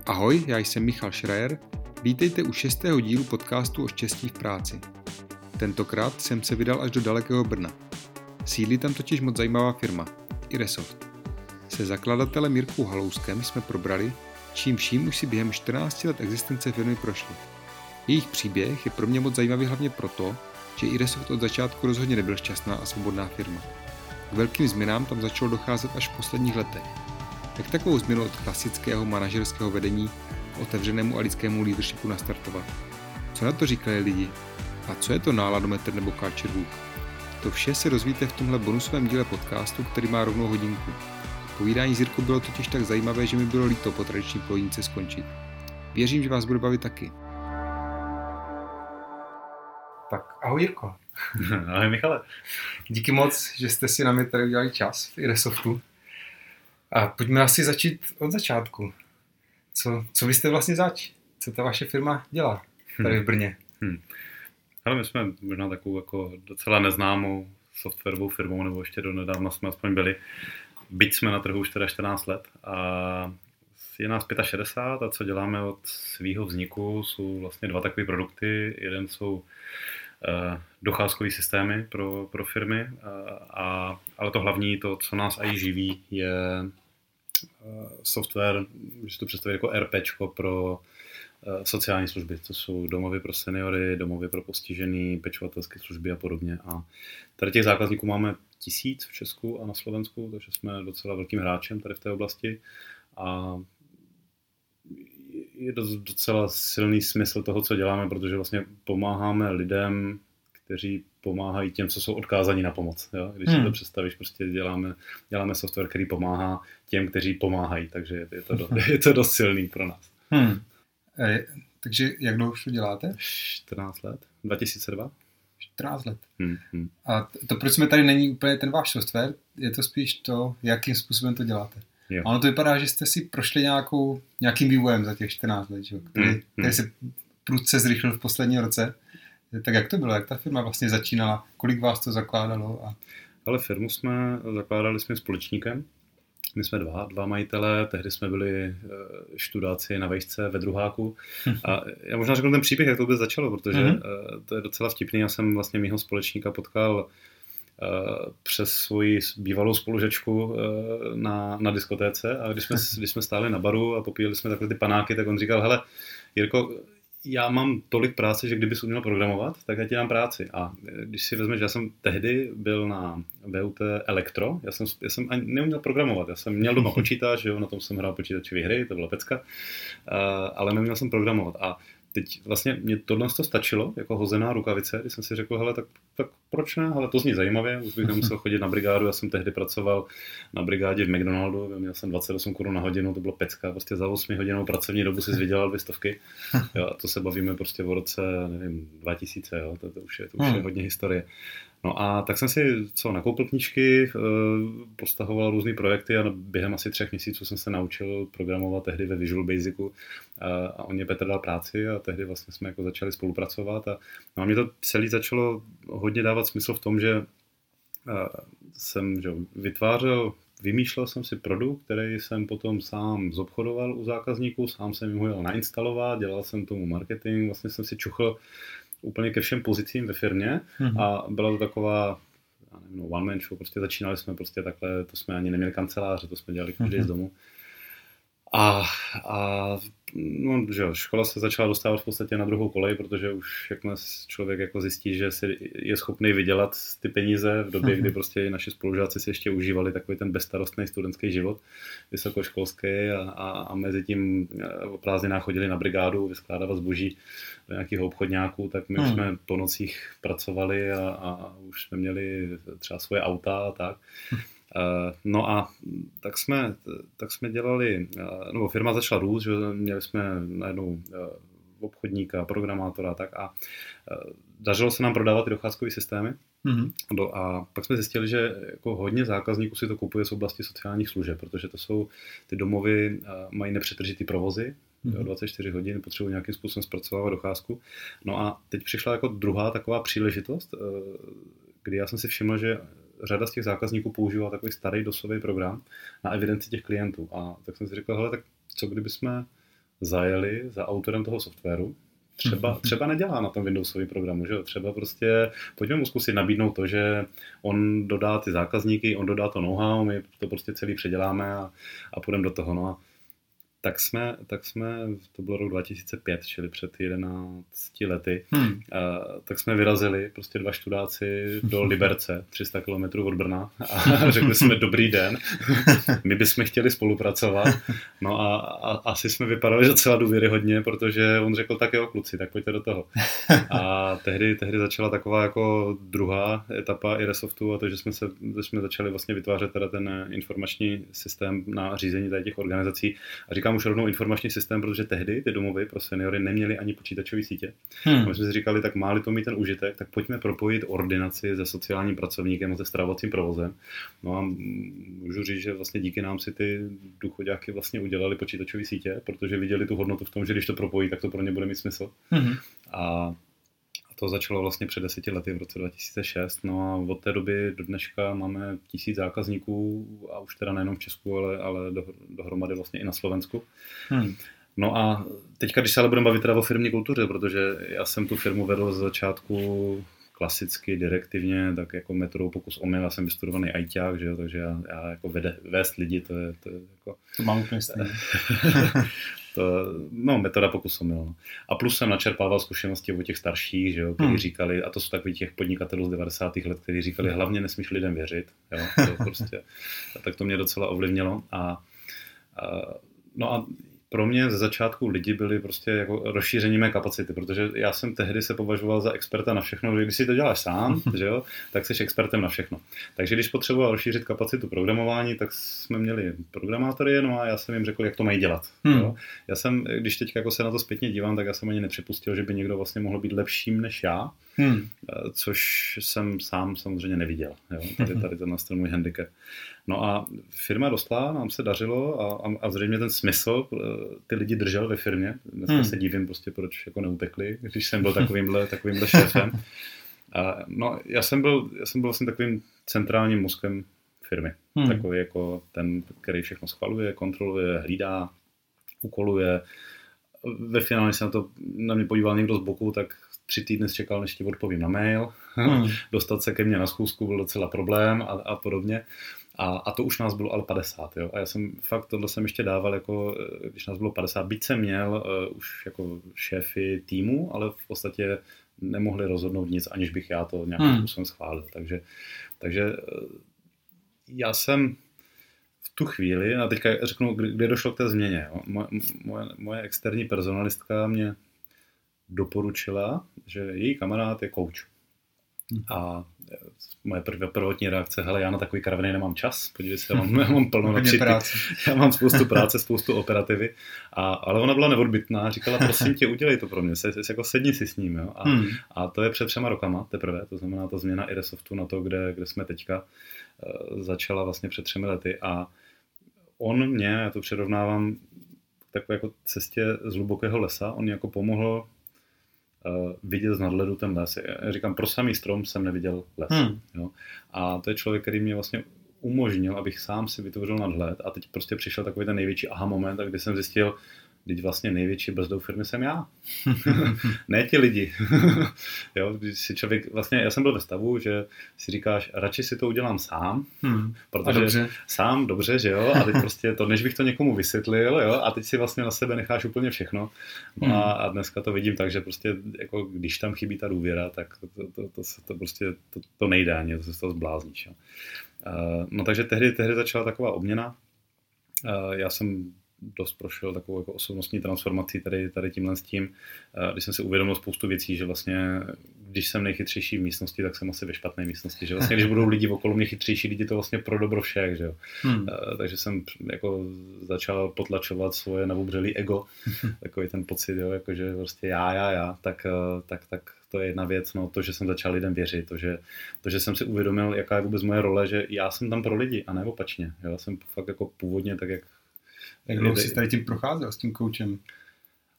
Ahoj, já jsem Michal Schreier. Vítejte u 6. dílu podcastu o štěstí v práci. Tentokrát jsem se vydal až do dalekého Brna. Sídlí tam totiž moc zajímavá firma, Iresoft. Se zakladatelem Jirkou Halouskem jsme probrali, čím vším už si během 14 let existence firmy prošli. Jejich příběh je pro mě moc zajímavý hlavně proto, že Iresoft od začátku rozhodně nebyl šťastná a svobodná firma. K velkým změnám tam začalo docházet až v posledních letech. Jak takovou změnu od klasického manažerského vedení k otevřenému a lidskému leadershipu nastartovat? Co na to říkali lidi? A co je to náladometr nebo culture book? To vše se dozvíte v tomhle bonusovém díle podcastu, který má rovnou hodinku. Povídání s Jirkou bylo totiž tak zajímavé, že mi bylo líto po tradiční polovince skončit. Věřím, že vás bude bavit taky. Tak ahoj Jirko. Ahoj Michale. Díky moc, že jste si na mě tady udělali čas v Iresoftu. A pojďme asi začít od začátku. Co vy jste vlastně zač? Co ta vaše firma dělá tady v Brně? Ale my jsme možná takovou jako docela neznámou softwarovou firmou, nebo ještě do nedávna jsme aspoň byli. Byť jsme na trhu už teda 14 let a je nás 65 a co děláme od svého vzniku jsou vlastně dva takové produkty. Jeden jsou docházkové systémy pro firmy, ale to hlavní, to, co nás i živí, je software, když to představit jako RPčko pro sociální služby. To jsou domovy pro seniory, domovy pro postižený, pečovatelské služby a podobně. A tady těch zákazníků máme 1000 v Česku a na Slovensku, takže jsme docela velkým hráčem tady v té oblasti. A je docela silný smysl toho, co děláme, protože vlastně pomáháme lidem, kteří pomáhají těm, co jsou odkázaní na pomoc. Jo? Když si to představíš, prostě děláme software, který pomáhá těm, kteří pomáhají, takže je to dost silný pro nás. Takže jak dlouho už to děláte? 14 let, 2002. 14 let. A to, proč jsme tady, není úplně ten váš software, je to spíš to, jakým způsobem to děláte. Jo. A ono to vypadá, že jste si prošli nějakým vývojem za těch 14 let, který se prudce zrychlil v posledním roce. Tak jak to bylo? Jak ta firma vlastně začínala? Kolik vás to zakládalo? Ale firmu jsme zakládali s mým společníkem. My jsme dva majitelé, tehdy jsme byli študáci na vejšce ve druháku. A já možná řeknu ten příběh, jak to vůbec začalo, protože to je docela vtipný. Já jsem vlastně mýho společníka potkal přes svoji bývalou spolužačku na diskotéce a když jsme stáli na baru a popíjeli jsme takhle ty panáky, tak on říkal, hele Jirko, já mám tolik práce, že kdybys uměl programovat, tak já ti dám práci. A když si vezmeš, já jsem tehdy byl na VUT Elektro, já jsem ani neuměl programovat, já jsem měl doma počítač, jo, na tom jsem hrál počítačové hry, to byla pecka, ale neuměl jsem programovat. A teď vlastně mě tohle stačilo, jako hozená rukavice, když jsem si řekl, hele, tak proč ne, ale to zní zajímavě, už bych nemusel chodit na brigádu, já jsem tehdy pracoval na brigádě v McDonaldu, měl jsem 28 Kč na hodinu, to bylo pecka, prostě za 8 hodinou pracovní dobu si vydělal 200, jo, a to se bavíme prostě o roce, nevím, 2000, jo, to už je hodně historie. No a tak jsem si nakoupil knížky, postahoval různý projekty a během asi 3 měsíců jsem se naučil programovat tehdy ve Visual Basicu a on mě Petr dal práci a tehdy vlastně jsme jako začali spolupracovat a mě to celý začalo hodně dávat smysl v tom, že jsem vymýšlel jsem si produkt, který jsem potom sám zobchodoval u zákazníků, sám jsem jim ho jel nainstalovat, dělal jsem tomu marketing, vlastně jsem si čuchl úplně ke všem pozicím ve firmě a byla to taková one man show, prostě začínali jsme prostě takhle, to jsme ani neměli kanceláře, to jsme dělali každý z domu. A škola se začala dostávat v podstatě na druhou kolej, protože už jakmile člověk jako zjistí, že si je schopný vydělat ty peníze v době, kdy prostě naši spolužáci si ještě užívali takový ten bezstarostný studentský život vysokoškolský a mezi tím o prázdninách chodili na brigádu vyskládávat zboží do nějakých obchodňáků, tak my jsme po nocích pracovali a už jsme měli třeba svoje auta a tak. No a tak jsme dělali, nebo firma začala růst, že měli jsme najednou obchodníka, programátora a tak a dařilo se nám prodávat ty docházkové systémy a pak jsme zjistili, že jako hodně zákazníků si to kupuje z oblasti sociálních služeb, protože to jsou ty domovy, mají nepřetržitý provozy, 24 hodin, potřebují nějakým způsobem zpracovávat docházku. No a teď přišla jako druhá taková příležitost, kdy já jsem si všiml, že řada z těch zákazníků používá takový starý DOSový program na evidenci těch klientů. A tak jsem si řekl, hele, tak co kdyby jsme zajeli za autorem toho softwaru. Třeba nedělá na tom Windowsový programu, že jo? Třeba prostě pojďme mu zkusit nabídnout to, že on dodá ty zákazníky, on dodá to know-how, my to prostě celý předěláme a půjdeme do toho. No a tak jsme, to bylo rok 2005, čili před 11 lety, tak jsme vyrazili prostě 2 študáci do Liberce, 300 km od Brna a řekli jsme dobrý den, my bychom chtěli spolupracovat, no a asi jsme vypadali docela důvěryhodně, protože on řekl tak jo kluci, tak pojďte do toho. A tehdy začala taková jako druhá etapa iResoftu a to, že jsme začali vlastně vytvářet teda ten informační systém na řízení těch organizací a říkám už rovnou informační systém, protože tehdy ty domovy pro seniory neměly ani počítačové sítě. A my jsme si říkali, tak má-li to mít ten užitek, tak pojďme propojit ordinaci se sociálním pracovníkem a se stravovacím provozem. No a můžu říct, že vlastně díky nám si ty důchoďáky vlastně udělali počítačové sítě, protože viděli tu hodnotu v tom, že když to propojí, tak to pro ně bude mít smysl. A to začalo vlastně před 10 lety v roce 2006, no a od té doby do dneška máme 1000 zákazníků a už teda nejenom v Česku, ale dohromady vlastně i na Slovensku. No a teďka, když se ale budeme bavit teda o firmní kultuře, protože já jsem tu firmu vedl z začátku klasicky, direktivně, tak jako metodou pokus omyl, já jsem vystudovaný ajťák, že jo, takže já jako vést lidi, to je jako... To mám úplně stejně. Metoda pokus omyl. No. A plus jsem načerpával zkušenosti od těch starších, že jo, kteří říkali, a to jsou takový těch podnikatelů z 90. let, kteří říkali, hlavně nesmíš lidem věřit, jo, to prostě, tak to mě docela ovlivnilo no a pro mě ze začátku lidi byli prostě jako rozšíření mé kapacity, protože já jsem tehdy se považoval za experta na všechno, že když si to děláš sám, že jo, tak jsi expertem na všechno. Takže když potřeboval rozšířit kapacitu programování, tak jsme měli programátory, no a já jsem jim řekl, jak to mají dělat. Jo. Já jsem, když teď jako se na to zpětně dívám, tak já jsem ani nepřipustil, že by někdo vlastně mohl být lepším než já, což jsem sám samozřejmě neviděl. Jo. Tady ten můj handicap. No a firma rostla, nám se dařilo a zřejmě ten smysl ty lidi držel ve firmě. Dneska se divím prostě, proč jako neutekli, když jsem byl takovýmhle šéfem. No, já jsem byl vlastně takovým centrálním mozkem firmy. Takový jako ten, který všechno schvaluje, kontroluje, hlídá, úkoluje. Ve finále, když se na mě podíval někdo z boku, tak 3 týdny čekal, než ti odpovím na mail. Dostat se ke mně na schůzku byl docela problém a podobně. A to už nás bylo ale 50, jo. A já jsem fakt, tohle jsem ještě dával, jako, když nás bylo 50, byť jsem měl už jako šéfy týmu, ale v podstatě nemohli rozhodnout nic, aniž bych já to nějakým způsobem schválil. Takže já jsem v tu chvíli, a teďka řeknu, kde došlo k té změně. Jo. Moje externí personalistka mě doporučila, že její kamarád je coach. A moje prvotní reakce, hele, já na takový karavany nemám čas, podívej se, já mám plno já mám spoustu práce, spoustu operativy, ale ona byla neodbytná, říkala, prosím tě, udělej to pro mě, jako sedni si s ním, jo? A to je před 3 rokama teprve, to znamená ta změna iResoftu na to, kde jsme teďka, začala vlastně před 3 lety a on mě, já to přirovnávám takové jako cestě z hlubokého lesa, on jako pomohl vidět z nadhledu ten les. Já říkám, pro samý strom jsem neviděl les. Jo? A to je člověk, který mě vlastně umožnil, abych sám si vytvořil nadhled a teď prostě přišel takový ten největší aha moment, kdy jsem zjistil, teď vlastně největší brzdou firmy jsem já. Ne ti lidi. Jo, když si člověk, vlastně já jsem byl ve stavu, že si říkáš, radši si to udělám sám, protože sám, dobře, že jo, a teď prostě to, než bych to někomu vysvětlil, jo, a teď si vlastně na sebe necháš úplně všechno. No a dneska to vidím tak, že prostě jako když tam chybí ta důvěra, tak to prostě to nejde ani, to se z toho zblázníš. Jo. No takže tehdy začala taková obměna. Já jsem dost prošel takovou jako osobnostní transformací tady tímhle s tím, když jsem si uvědomil spoustu věcí, že vlastně, když jsem nejchytřejší v místnosti, tak jsem asi ve špatné místnosti, že vlastně, když budou lidi okolo mě chytřejší lidi, to vlastně pro dobro všech, že jo. Takže jsem jako začal potlačovat svoje nabubřelý ego, takový ten pocit, jo, jako že prostě já, tak to je jedna věc, no, to, že jsem začal lidem věřit, to, že jsem si uvědomil, jaká je vůbec moje role, že já jsem tam pro lidi a ne opačně, jo, jsem fakt jako původně tak, jak dlouho jsi tady tím procházel s tím koučem?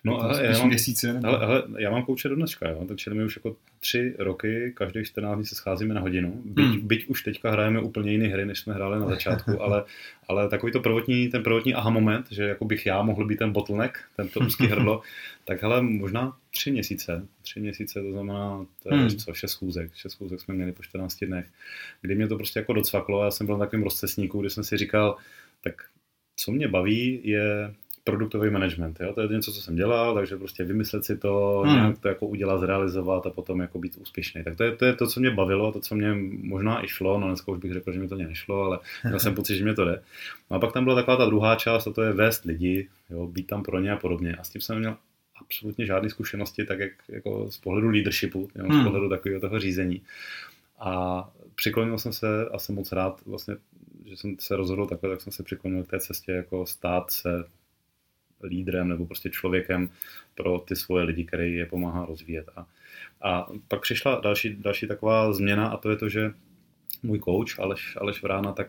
No, ale měsíce. Ale já mám kouče do dneška, jo? Takže my už jako 3 roky, každých 14 dní se scházíme na hodinu. Byť už teďka hrajeme úplně jiné hry, než jsme hráli na začátku, ale takový to ten prvotní aha moment, že jako bych já mohl být ten bottleneck, tento úzký hrdlo, tak hele, možná 3 měsíce, to znamená, to je 6 schůzek jsme měli po 14 dnech, kdy mě to prostě jako docvaklo, já jsem byl na takovém rozcestníku, kdy jsem si říkal, tak co mě baví je produktový management, jo? To je něco, co jsem dělal, takže prostě vymyslet si to, nějak to jako udělat, zrealizovat a potom jako být úspěšný. Tak to je to, co mě bavilo, to, co mě možná i šlo, no dneska už bych řekl, že mi to nešlo, ale měl jsem pocit, že mě to jde. No a pak tam byla taková ta druhá část, a to je vést lidi, jo? Být tam pro ně a podobně. A s tím jsem neměl absolutně žádné zkušenosti, tak jako z pohledu leadershipu, jo? Z pohledu takového toho řízení. A přiklonil jsem se a jsem moc rád vlastně, že jsem se rozhodl takhle, tak jsem se přiklonil k té cestě jako stát se lídrem nebo prostě člověkem pro ty svoje lidi, který je pomáhá rozvíjet. A pak přišla další taková změna a to je to, že můj coach Aleš Vrána tak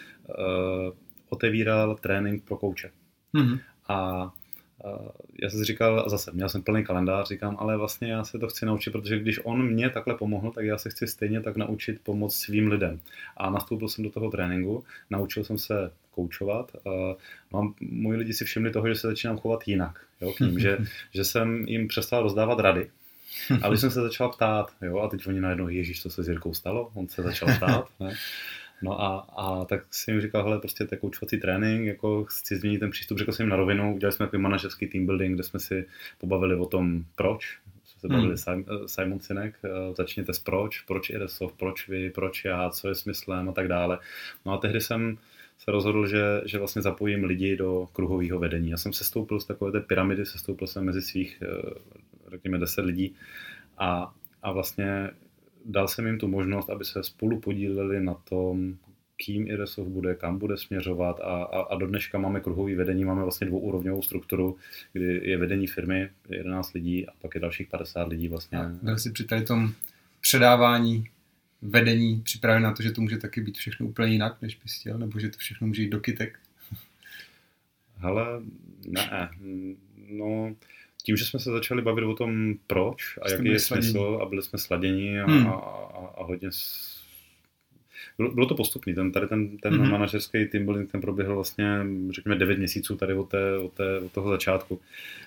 otevíral trénink pro kouče. A já jsem si říkal, zase měl jsem plný kalendář, říkám, ale vlastně já se to chci naučit, protože když on mě takhle pomohl, tak já se chci stejně tak naučit pomoct svým lidem. A nastoupil jsem do toho tréninku, naučil jsem se koučovat. No a moji lidi si všimli toho, že se začínám chovat jinak, jo, k ním, že jsem jim přestal rozdávat rady. A když jsem se začal ptát, jo, a teď oni najednou, ježíš, co se s Jirkou stalo? On se začal ptát, ne? No a tak jsem jim říkal, hele, prostě to je koučovací trénink, jako chci změnit ten přístup, řekl jsem jim na rovinu, udělali jsme takový manažerský team building, kde jsme si pobavili o tom, proč, jsme se bavili Simon Sinek, začněte s proč Iresoft, proč vy, proč já, co je smyslem a tak dále. No a tehdy jsem se rozhodl, že vlastně zapojím lidi do kruhového vedení. Já jsem sestoupil z takové té pyramidy, sestoupil jsem mezi svých, řekněme, 10 lidí a vlastně dal jsem jim tu možnost, aby se spolu podíleli na tom, kým Iresoft bude, kam bude směřovat a do dneška máme kruhový vedení, máme vlastně dvouúrovňovou strukturu, kdy je vedení firmy 11 lidí a pak je dalších 50 lidí vlastně. Byl jsi při tady tom předávání vedení připraven na to, že to může taky být všechno úplně jinak, než bys chtěl, nebo že to všechno může jít do kytek? Hele, ne, no tím, že jsme se začali bavit o tom proč a jaký je smysl a byli jsme sladěni a hodně bylo to postupný, ten manažerský team building, ten proběhl vlastně, řekněme, 9 měsíců tady od toho začátku.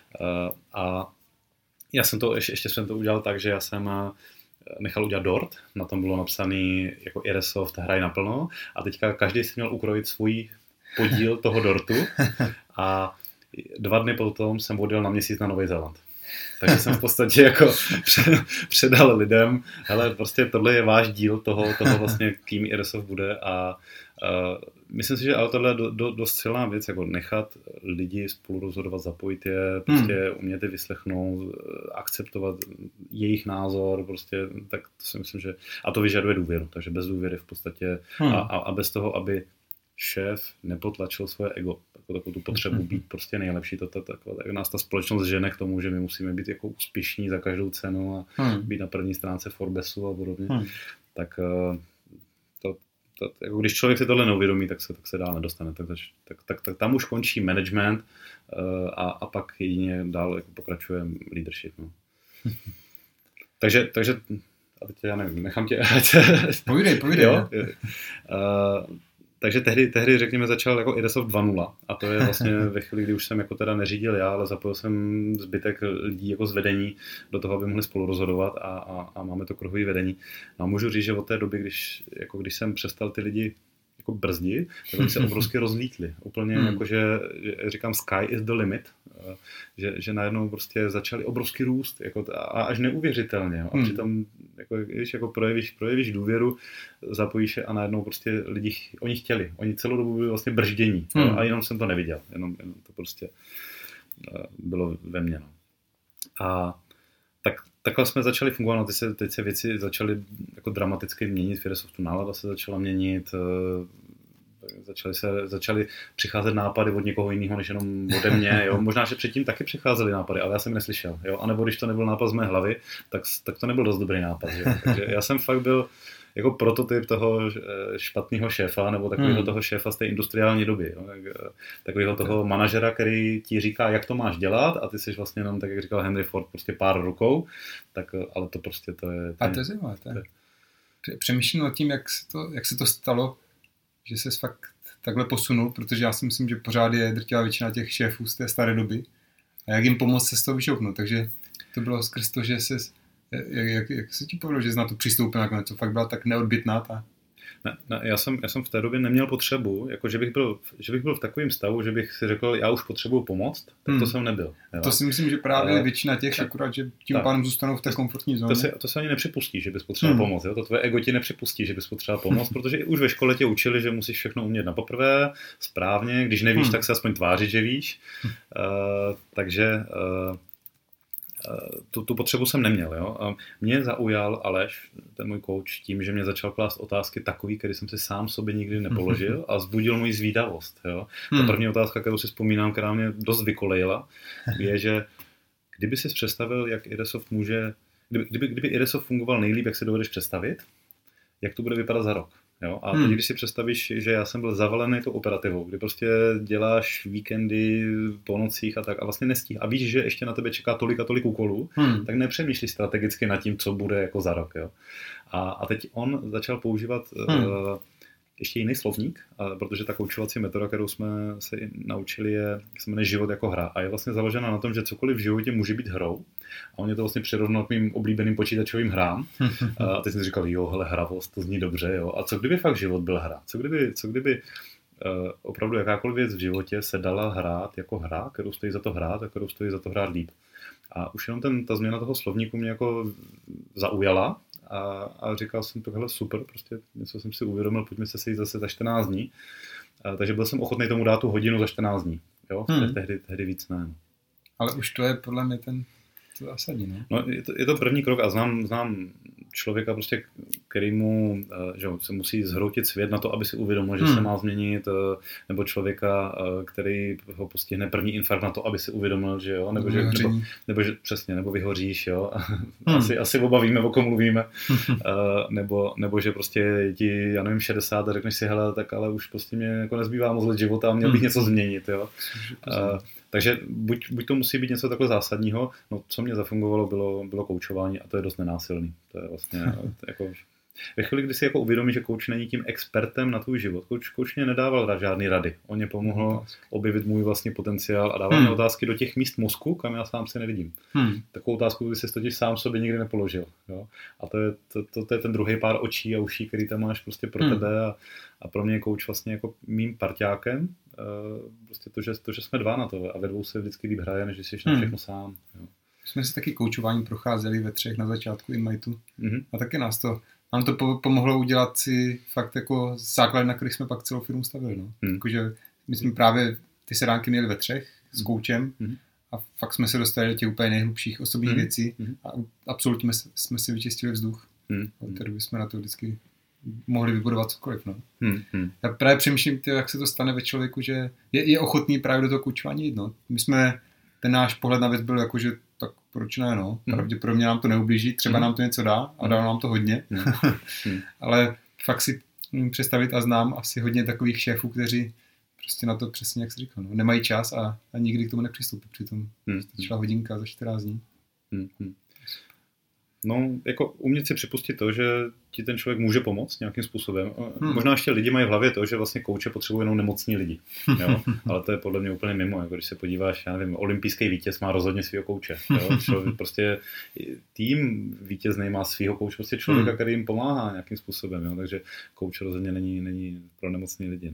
A já jsem to, ještě jsem to udělal tak, že já jsem nechal udělat dort, na tom bylo napsaný jako Iresoft hraj naplno a teďka každý si měl ukrojit svůj podíl toho dortu a 2 dny potom jsem odjel na měsíc na Nový Zéland. Takže jsem v podstatě jako předal lidem, hele, prostě tohle je váš díl toho vlastně, kým Iresoft bude a myslím si, že ale tohle je dost silná věc, jako nechat lidi spolu rozhodovat, zapojit je, prostě umět je vyslechnout, akceptovat jejich názor, prostě, tak to si myslím, že a to vyžaduje důvěru, takže bez důvěry v podstatě a bez toho, aby šéf nepotlačil svoje ego, takovou tu potřebu být prostě nejlepší, tak nás ta společnost žene k tomu, že my musíme být jako úspěšní za každou cenu a být na první stránce Forbesu a podobně, tak jako když člověk si tohle neuvědomí, tak se dál nedostane, tak tam už končí management a pak jedině dál jako pokračuje leadership. No. takže a teď já nevím, nechám tě... Povídej. Jo? Takže tehdy, řekněme, začal jako Iresoft 2.0 a to je vlastně ve chvíli, kdy už jsem jako teda neřídil já, ale zapojil jsem zbytek lidí jako z vedení do toho, aby mohli spolu rozhodovat a máme to kruhové vedení. No a můžu říct, že od té doby, když jsem přestal ty lidi jako brzdit, tak oni se obrovsky rozlítli. Úplně jako, že říkám sky is the limit, že najednou prostě začali obrovský růst jako a až neuvěřitelně. A přitom když jako projevíš důvěru, zapojíš je a najednou prostě lidi, oni chtěli. Oni celou dobu byli vlastně brždění. A jenom jsem to neviděl. Jenom to prostě bylo ve mně. No. A takhle jsme začali fungovat, no, teď se věci začaly jako dramaticky měnit, v Iresoftu nálada se začala měnit, začaly přicházet nápady od někoho jiného, než jenom ode mě, jo. Možná, že předtím taky přicházely nápady, ale já jsem neslyšel, jo. A nebo když to nebyl nápad z mé hlavy, tak to nebyl dost dobrý nápad, jo. Takže já jsem fakt byl jako prototyp toho špatného šéfa, nebo takového toho šéfa z té industriální doby. Jo? Takového toho manažera, který ti říká, jak to máš dělat, a ty jsi vlastně jenom, tak jak říkal Henry Ford, prostě pár rukou, tak, ale to prostě to je... A to je zajímavé. Přemýšlím nad tím, jak se to stalo, že se fakt takhle posunul, protože já si myslím, že pořád je drtivá většina těch šéfů z té staré doby a jak jim pomoct se z toho vyšoupnout. Takže to bylo skrz to, že jak se ti povedlo, že jsi na to přistoupil nakonec, co fakt byla tak neodbytná ta... Ne, já jsem v té době neměl potřebu, jako že bych byl v takovém stavu, že bych si řekl, já už potřebuju pomoct, tak to jsem nebyl. Jo. To si myslím, že právě většina těch, akorát, že tím pádem zůstanou v té komfortní zóně. To se ani nepřipustí, že bys potřeboval pomoct. Jo. To tvoje ego ti nepřipustí, že bys potřeboval pomoct, protože už ve škole tě učili, že musíš všechno umět na poprvé, správně, když nevíš, tak se aspoň tvářit, že víš. Takže... Tu potřebu jsem neměl. Jo? A mě zaujal Aleš, ten můj kouč, tím, že mě začal klást otázky takový, které jsem si sám sobě nikdy nepoložil a vzbudil moji zvídavost. Jo? Ta první otázka, kterou si vzpomínám, která mě dost vykolejila, je, že kdyby si představil, jak Iresoft může, kdyby Iresoft fungoval nejlíp, jak si dovedeš představit, jak to bude vypadat za rok. Jo? A teď, když si představíš, že já jsem byl zavalený tou operativou, kdy prostě děláš víkendy po nocích a tak a vlastně nestíh a víš, že ještě na tebe čeká tolik a tolik úkolů, tak nepřemýšlíš strategicky nad tím, co bude jako za rok. Jo? A teď on začal používat ještě jiný slovník, protože ta koučovací metoda, kterou jsme se naučili, se jmenuje život jako hra a je vlastně založena na tom, že cokoliv v životě může být hrou. A on je to vlastně přirovnal k mým oblíbeným počítačovým hrám. A teď jsem si říkal, jo, hele, hravost, to zní dobře, jo. A co kdyby fakt život byl hra? Co kdyby opravdu jakákoliv věc v životě se dala hrát jako hra, kterou stojí za to hrát a kterou stojí za to hrát líp. A už jenom ta změna toho slovníku mě jako zaujala a říkal jsem to, hele, super, prostě něco jsem si uvědomil, pojďme se sejít zase za 14 dní. Takže byl jsem ochotný tomu dát tu hodinu za 14 dní. Jo? Tehdy víc ne. Ale už to je podle mě to zásadní, ne? No, je to první krok a znám člověka, prostě, kterýmu že se musí zhroutit svět na to, aby si uvědomil, že se má změnit, nebo člověka, který ho postihne první infarkt na to, aby si uvědomil, že jo, nebo že přesně, nebo vyhoříš, jo. Asi oba víme, o kom mluvíme. nebo že prostě ti, já nevím, 60 a řekneš si, hele, tak ale už prostě mě jako nezbývá moc let života a měl bych něco změnit, jo. Takže buď to musí být něco takhle zásadního, no co mě zafungovalo, bylo koučování a to je dost nenásilný. To je vlastně jako... Ve chvíli, kdy si jako uvědomí, že kouč není tím expertem na tvůj život, kouč mě nedával žádný rady. On mě pomohl objevit můj vlastní potenciál a dával mě otázky do těch míst mozku, kam já sám si nevidím. Takovou otázku by si totiž sám sobě nikdy nepoložil. Jo? A to je ten druhý pár očí a uší, který tam máš prostě pro tebe a pro mě je kouč vlastně jako mým parťákem. Prostě to, že jsme dva na to a ve dvou se vždycky líp hraje, než jsi na všechno sám. Jo. Jsme si taky koučování procházeli ve 3 na začátku Inmightu a taky nám to pomohlo udělat si fakt jako základ, na kterých jsme pak celou firmu stavili. No. Jakože my jsme právě ty sedánky měli ve 3 s koučem a fakt jsme se dostali do těch úplně nejhlubších osobních věcí a absolutně jsme si vyčistili vzduch. Tedy bychom na to vždycky mohli vybudovat cokoliv. No. Já právě přemýšlím, jak se to stane ve člověku, že je ochotný právě do toho koučování jít. No. Ten náš pohled na věc byl jako, že tak proč ne, no. Pravděpodobně nám to neublíží, třeba nám to něco dá a dá nám to hodně. Ale fakt si představit a znám asi hodně takových šéfů, kteří prostě na to přesně, jak jsi říkal, no, nemají čas a nikdy k tomu nepřistoupí. Přitom šla hodinka za 14 dní. No, jako umět si připustit to, že ti ten člověk může pomoct nějakým způsobem. Možná ještě lidi mají v hlavě to, že vlastně kouče potřebují jenom nemocní lidi. Jo? Ale to je podle mě úplně mimo. Jako když se podíváš, já nevím, olympijský vítěz má rozhodně svýho kouče. Jo? Prostě tým vítězný má svýho kouče, prostě člověka, který jim pomáhá nějakým způsobem. Jo? Takže kouč rozhodně není pro nemocní lidi. No.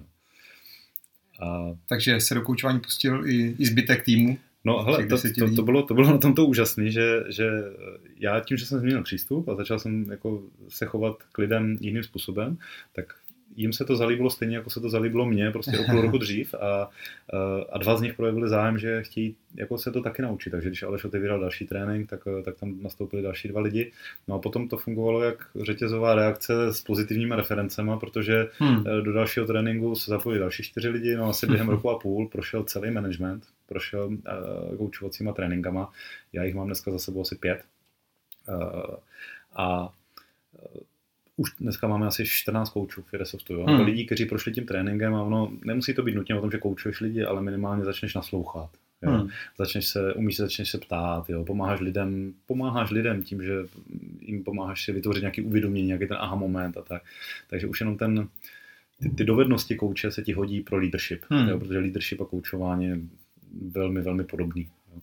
Takže se do koučování pustil i zbytek týmu. No hele, to bylo na tom to úžasný, že já tím, že jsem změnil přístup a začal jsem jako se chovat k lidem jiným způsobem, tak jim se to zalíbilo stejně, jako se to zalíbilo mně, prostě o půl roku dřív a 2 z nich projevili zájem, že chtějí jako se to taky naučit. Takže když Aleš otevíral další trénink, tak tam nastoupili další 2 lidi. No a potom to fungovalo jak řetězová reakce s pozitivními referencema, protože do dalšího tréninku se zapojili další 4 lidi, no asi během roku a půl prošel celý management, prošel koučovacíma tréninkama. Já jich mám dneska za sebou asi 5. A už dneska máme asi 14 koučů v Iresoftu, jo? Nebo lidí, kteří prošli tím tréninkem a ono nemusí to být nutně o tom, že koučuješ lidi, ale minimálně začneš naslouchat. Jo? Začneš se ptát, jo? Pomáháš lidem tím, že jim pomáháš si vytvořit nějaký uvědomění, nějaký ten aha moment a tak. Takže už jenom ty dovednosti kouče se ti hodí pro leadership, jo? Protože leadership a koučování je velmi, velmi podobný. Jo?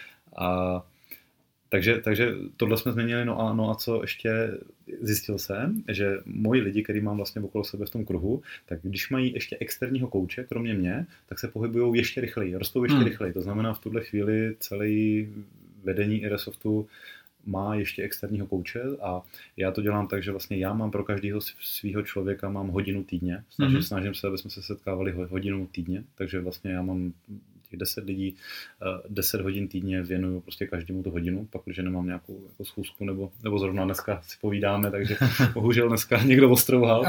Takže tohle jsme změnili, no a co ještě zjistil jsem, že moji lidi, který mám vlastně okolo sebe v tom kruhu, tak když mají ještě externího kouče, kromě mě, tak se pohybují ještě rychleji, rostou ještě rychleji. To znamená, v tuhle chvíli celý vedení Iresoftu má ještě externího kouče a já to dělám tak, že vlastně já mám pro každého svého člověka mám hodinu týdně. Snažím se, aby jsme se setkávali hodinu týdně, takže vlastně já mám 10 lidí, 10 hodin týdně věnuju prostě každému tu hodinu, pak když nemám nějakou jako schůzku, nebo zrovna dneska si povídáme, takže bohužel dneska někdo ostrouhal.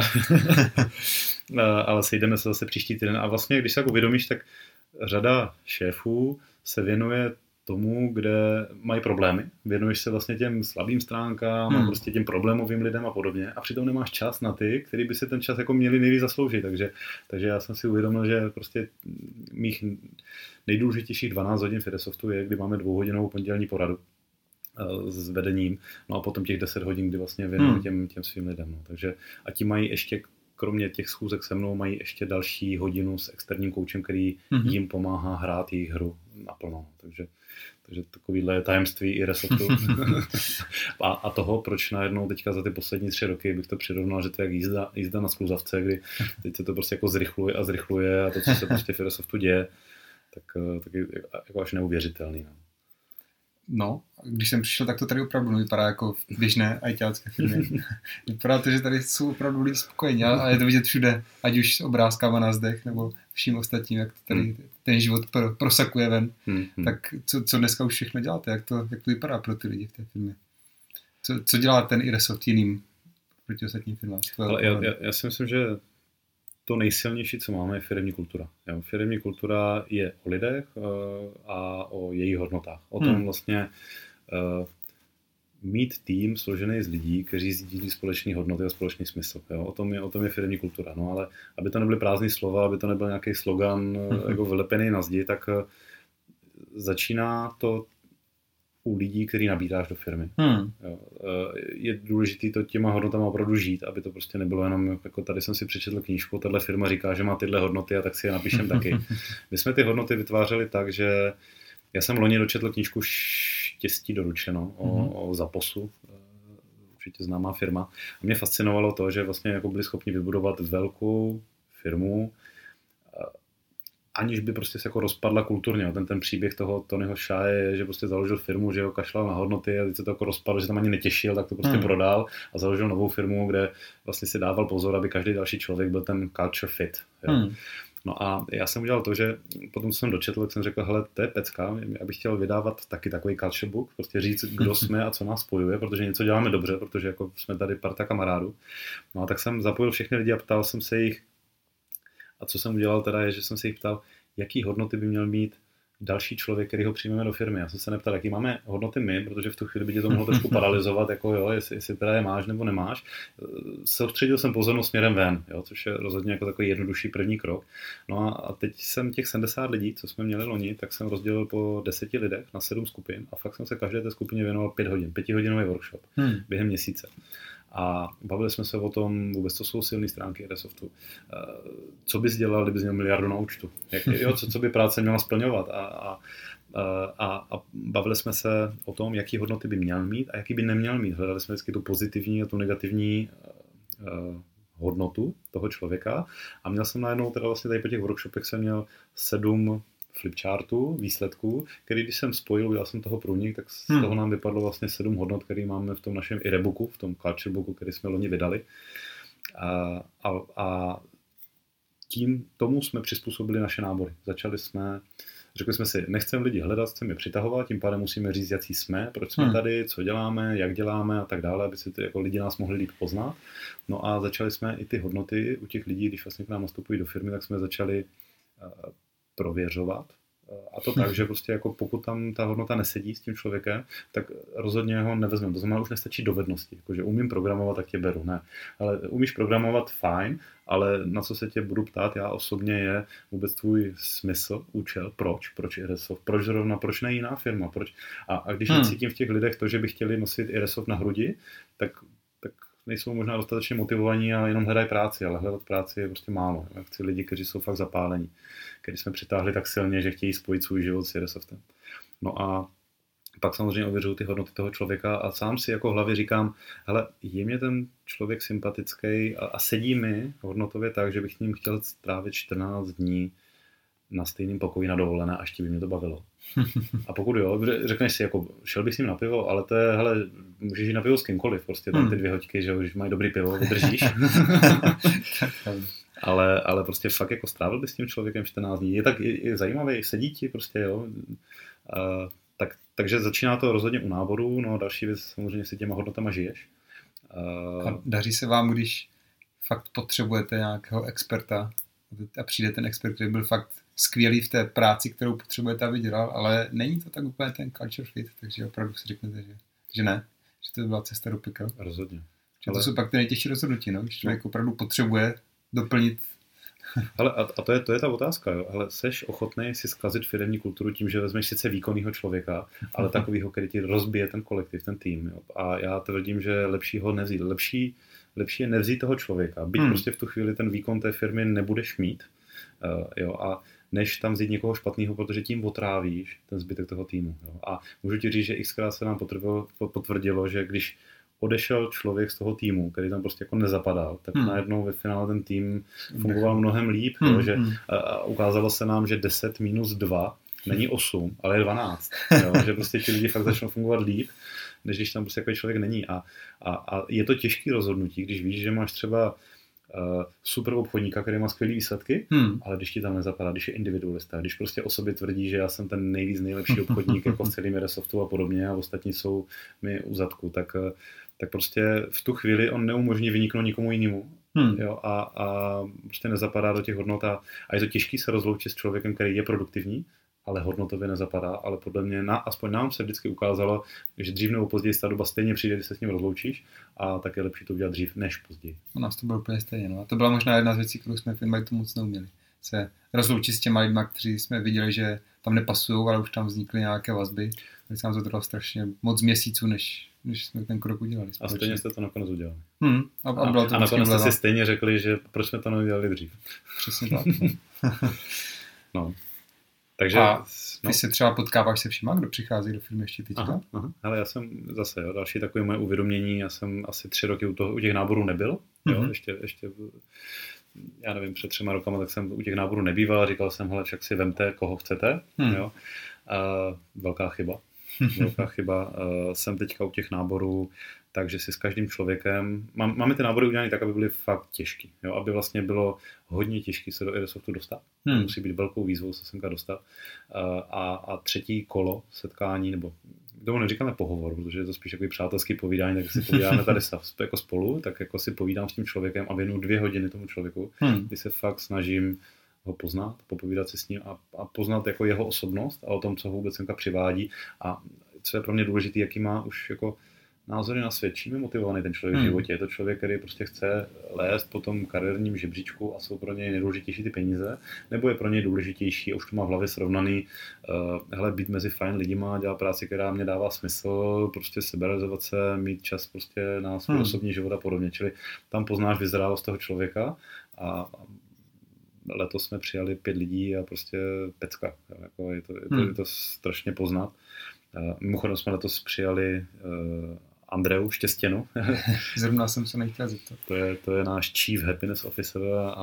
Ale sejdeme se zase příští týden a vlastně, když se jako uvědomíš, tak řada šéfů se věnuje tomu, kde mají problémy. Věnuješ se vlastně těm slabým stránkám a prostě těm problémovým lidem a podobně a přitom nemáš čas na ty, který by si ten čas jako měli nejvíc zasloužit. Takže já jsem si uvědomil, že prostě mých nejdůležitějších 12 hodin v Iresoftu je, kdy máme 2hodinovou pondělní poradu s vedením, no a potom těch 10 hodin, kdy vlastně věnuju těm svým lidem. No. Takže a ti mají ještě kromě těch schůzek se mnou mají ještě další hodinu s externím koučem, který jim pomáhá hrát jejich hru naplno. Takže takovýhle je tajemství Iresoftu. a toho, proč najednou teďka za ty poslední 3 roky bych to přirovnal, že to je jak jízda na skluzavce, kdy teď se to prostě jako zrychluje a to, co se prostě v Iresoftu děje, tak je jako až neuvěřitelný. No, když jsem přišel, tak to tady opravdu nevypadá jako v běžné ajťácké firmě. Vypadá to, že tady jsou opravdu lidi spokojení a je to vidět všude, ať už s obrázkama na zdech nebo vším ostatním, jak to tady ten život prosakuje ven. Tak co dneska už všechno děláte? Jak to vypadá pro ty lidi v té firmě? Co dělá ten Iresoft jiným proti ostatním firmám? Ale já si myslím, že to nejsilnější, co máme, je firemní kultura. Firemní kultura je o lidech a o jejich hodnotách. O tom vlastně mít tým složený z lidí, kteří sdílí společné hodnoty a společný smysl. O tom je firemní kultura. No ale aby to nebyly prázdné slova, aby to nebyl nějaký slogan jako vylepený na zdi, tak začíná to u lidí, který nabíráš do firmy. Je důležité to těma hodnotama opravdu žít, aby to prostě nebylo jenom jako tady jsem si přečetl knížku, tahle firma říká, že má tyhle hodnoty a tak si je napíšem taky. My jsme ty hodnoty vytvářeli tak, že já jsem loni dočetl knížku Štěstí doručeno o Zaposu, určitě známá firma. A mě fascinovalo to, že vlastně jako byli schopni vybudovat velkou firmu, aniž by prostě se jako rozpadla kulturně. Ten příběh toho Tonyho Shae je, že prostě založil firmu, že ho kašlal na hodnoty a teď se to jako rozpadlo, že tam ani netěšil, tak to prostě prodal a založil novou firmu, kde vlastně si dával pozor, aby každý další člověk byl ten culture fit. Jo. No a já jsem udělal to, že potom, co jsem dočetl, tak jsem řekl, hele, to je pecka, já bych chtěl vydávat taky takový culture book, prostě říct, kdo jsme a co nás spojuje, protože něco děláme dobře, protože jako jsme tady parta kamarádů. No a tak jsem zapojil všechny lidi a ptal jsem se jich, a co jsem udělal teda je, že jsem se jich ptal, jaký hodnoty by měl mít další člověk, který ho přijmeme do firmy. Já jsem se neptal, jaký máme hodnoty my, protože v tu chvíli by tě to mohlo trošku paralyzovat, jako jo, jestli teda je máš nebo nemáš. Soustředil jsem pozornost směrem ven, jo, což je rozhodně jako takový jednodušší první krok. No a teď jsem těch 70 lidí, co jsme měli loni, tak jsem rozdělil po 10 lidech na 7 skupin a fakt jsem se každé té skupině věnoval 5 hodin, 5hodinový workshop během měsíce. A bavili jsme se o tom, vůbec to jsou silné stránky Iresoftu. Co bys dělal, kdybys měl miliardu na účtu? Co by práce měla splňovat? A bavili jsme se o tom, jaký hodnoty by měl mít a jaký by neměl mít. Hledali jsme vždycky tu pozitivní a tu negativní hodnotu toho člověka. A měl jsem najednou, teda vlastně tady po těch workshopech jsem měl 7 flipchartů, výsledků, který když jsem spojil, udělal jsem toho průnik, tak z toho nám vypadlo vlastně 7 hodnot, který máme v tom našem e-booku, v tom culture booku, který jsme loni vydali. A tím tomu jsme přizpůsobili naše nábory. Řekli jsme si, nechceme lidi hledat, chceme je přitahovat, tím pádem musíme říct, jaký jsme, proč jsme tady, co děláme, jak děláme a tak dále, aby si jako lidi nás mohli líp poznat. No a začali jsme i ty hodnoty u těch lidí, když vlastně k nám nastupují do firmy, tak jsme začali prověřovat A to tak, že prostě jako pokud tam ta hodnota nesedí s tím člověkem, tak rozhodně ho nevezmeme. To znamená, už nestačí dovednosti. Jakože umím programovat, tak tě beru. Ne. Ale umíš programovat fajn, ale na co se tě budu ptát já osobně je vůbec tvůj smysl, účel, proč Iresoft, proč ne jiná firma, proč. A když necítím v těch lidech to, že by chtěli nosit Iresoft na hrudi, tak nejsou možná dostatečně motivovaní a jenom hledají práci, ale hledat práci je prostě málo. Já chci lidi, kteří jsou fakt zapálení, kteří jsme přitáhli tak silně, že chtějí spojit svůj život s Iresoftem. No a pak samozřejmě ověřuju ty hodnoty toho člověka a sám si jako v hlavě říkám, hele, je mě ten člověk sympatický a sedí mi hodnotově tak, že bych s ním chtěl strávit 14 dní na stejným pokoji na dovolené, až ti by mě to bavilo. A pokud jo, řekneš si, jako šel bych s ním na pivo, ale to je, hele, můžeš jít na pivo s kýmkoliv, prostě tam ty 2 hoďky, že když mají dobrý pivo, vydržíš. ale prostě fakt jako strávil bys s tím člověkem 14 dní. Je zajímavý, sedí ti prostě, jo. Takže začíná to rozhodně u náboru, no další věc samozřejmě si těma hodnotama žiješ. A daří se vám, když fakt potřebujete nějakého experta a přijde ten expert, který byl fakt skvělý v té práci, kterou potřebujete, aby dělal, ale není to tak úplně ten culture fit, takže opravdu si řeknete, že ne, že to byla cesta do pekel. Rozhodně. Že to jsou pak ty nejtěžší rozhodnutí, no? Když člověk opravdu potřebuje doplnit. Ale a to je ta otázka, jo. Ale seš ochotný si zkazit firemní kulturu tím, že vezmeš sice výkonnýho člověka, ale takovýho, který ti rozbije ten kolektiv, ten tým. Jo. A já tvrdím, že lepší ho nevzít. Lepší je nevzít toho člověka. Byť prostě v tu chvíli ten výkon té firmy nebudeš mít. Jo, a než tam vzít někoho špatného, protože tím otrávíš ten zbytek toho týmu. Jo. A můžu ti říct, že xkrát se nám potvrdilo, že když odešel člověk z toho týmu, který tam prostě jako nezapadal, tak najednou ve finále ten tým fungoval mnohem líp. Jo, že, a ukázalo se nám, že 10 minus 2 není 8, ale je 12. Jo, že prostě ti lidi fakt začnou fungovat líp, než když tam prostě takový člověk není. A je to těžký rozhodnutí, když víš, že máš třeba super obchodníka, který má skvělý výsledky, ale když ti tam nezapadá, když je individualista, když prostě o sobě tvrdí, že já jsem ten nejlepší obchodník jako v celém Iresoftu a podobně a ostatní jsou mi u zadku, tak prostě v tu chvíli on neumožní vyniknout nikomu jinému. Jo, a prostě nezapadá do těch hodnot a je to těžký se rozloučit s člověkem, který je produktivní, ale hodnotově nezapadá, ale podle mě, aspoň nám se vždycky ukázalo, že dřív nebo později ta doba stejně přijde, když se s ním rozloučíš a tak je lepší to udělat dřív než později. U nás to bylo úplně stejně, no. A to byla možná jedna z věcí, kterou jsme v Invitu moc neuměli. Se rozloučit s těma lidma, kteří jsme viděli, že tam nepasují, ale už tam vznikly nějaké vazby. Takže nám to trvalo strašně moc měsíců, než jsme ten krok udělali. Společně. A stejně jste to nakonec udělali. A nakonec jste si stejně řekli, že proč jsme to neudělali dřív. Přesně tak. No. Takže, ty se třeba potkáváš se všema, kdo přichází do firmy ještě teďka? Aha. Ale já jsem zase, další takové moje uvědomění, já jsem asi 3 roky u těch náborů nebyl, jo, ještě já nevím, před 3 rokama, tak jsem u těch náborů nebýval, říkal jsem, hele, však si vemte, koho chcete, jo. Velká chyba, jsem teďka u těch náborů, takže si s každým člověkem, máme ty nábory udělané tak, aby byly fakt těžký, jo, aby vlastně bylo hodně těžké se do Iresoftu dostat, musí být velkou výzvou se semka dostat a 3. kolo setkání, nebo tomu neříkáme pohovor, protože je to spíš takový přátelský povídání, tak si povídáme tady jako spolu, tak jako si povídám s tím člověkem a věnuju 2 hodiny tomu člověku, kdy se fakt snažím ho poznat, popovídat si s ním a poznat jako jeho osobnost a o tom, co ho vůbec semka přivádí a co je pro mě důležité, jaký má už jako názory na svět, čím je motivovaný ten člověk v životě. Je to člověk, který prostě chce lézt po tom kariérním žebříčku a jsou pro něj nejdůležitější ty peníze, nebo je pro něj důležitější, už to má v hlavě srovnaný, být mezi fajn lidima, dělat práci, která mě dává smysl, prostě seberealizovat se, mít čas prostě na svůj osobní život a podobně. Čili tam poznáš vyzrálost toho člověka a letos jsme přijali 5 lidí a prostě pecka. Jako je to strašně poznat. Mimochodem jsme letos přijali Andreu Štěstěnu. Zrovna jsem se nechtěl zeptat. To je náš Chief Happiness Officer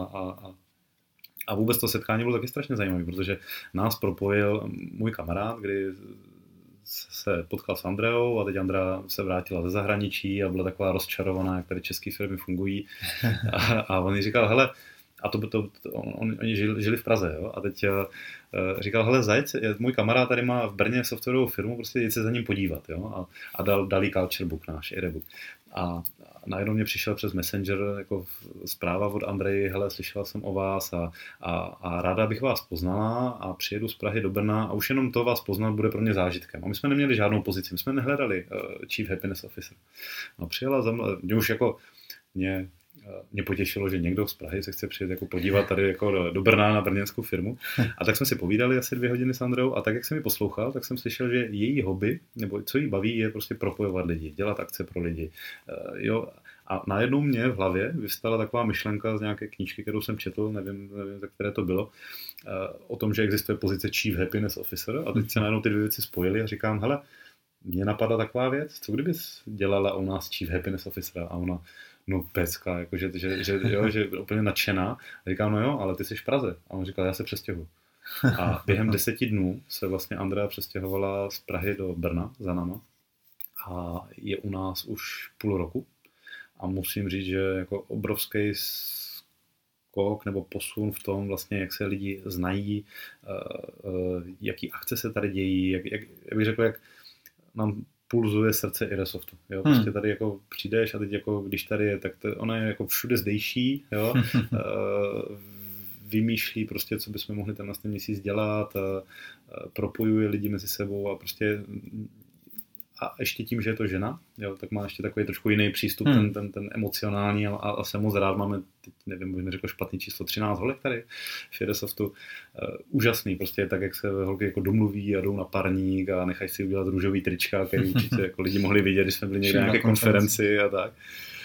a vůbec to setkání bylo taky strašně zajímavé, protože nás propojil můj kamarád, kdy se potkal s Andreou a teď Andrea se vrátila ze zahraničí a byla taková rozčarovaná, jak tady české firmy fungují. A on jí říkal, hele, A oni žili v Praze, jo? A teď říkal, hele Zajec, můj kamarád tady má v Brně softwarovou firmu, prostě jít se za ním podívat, jo? A dal jí Culture Book, náš e-book. A najednou mě přišel přes Messenger jako zpráva od Andreji, hele, slyšela jsem o vás a ráda bych vás poznala a přijedu z Prahy do Brna a už jenom to vás poznat bude pro mě zážitkem. A my jsme neměli žádnou pozici, my jsme nehledali Chief Happiness Officer. No přijela za mě už jako mě potěšilo, že někdo z Prahy se chce přijet jako podívat tady jako do Brna na brněnskou firmu. A tak jsme si povídali asi 2 hodiny s Andreou a tak, jak jsem ji poslouchal, tak jsem slyšel, že její hobby, nebo co jí baví, je prostě propojovat lidi, dělat akce pro lidi. Jo. A najednou mě v hlavě vyvstala taková myšlenka z nějaké knížky, kterou jsem četl, nevím, za které to bylo, o tom, že existuje pozice Chief Happiness Officer a teď se najednou ty 2 věci spojily a říkám, hele, mě napadla taková věc, co kdybys dělala u nás Chief Happiness Officer a ona no pecka, jako, že úplně nadšená. A říkám, no jo, ale ty jsi v Praze. A on říkal, já se přestěhuji. A během 10 dnů se vlastně Andrea přestěhovala z Prahy do Brna za náma. A je u nás už půl roku. A musím říct, že jako obrovský skok nebo posun v tom vlastně, jak se lidi znají, jaký akce se tady dějí, jak bych řekl, jak nám pulzuje srdce Iresoftu. Jo? Prostě tady jako přijdeš a teď jako, když tady je, tak ona je jako všude zdejší, jo? Vymýšlí prostě, co bychom mohli ten měsíc dělat, propojuje lidi mezi sebou a prostě a ještě tím, že je to žena, jo, tak má ještě takový trošku jiný přístup, ten emocionální a jsem moc rád, máme, teď nevím, možná řekl špatný číslo, 13 holek tady v Iresoftu. Úžasný, prostě tak, jak se holky jako domluví a jdou na parník a nechají si udělat růžový trička, který určitě jako lidi mohli vidět, když jsme byli někde na nějaké konferenci a tak.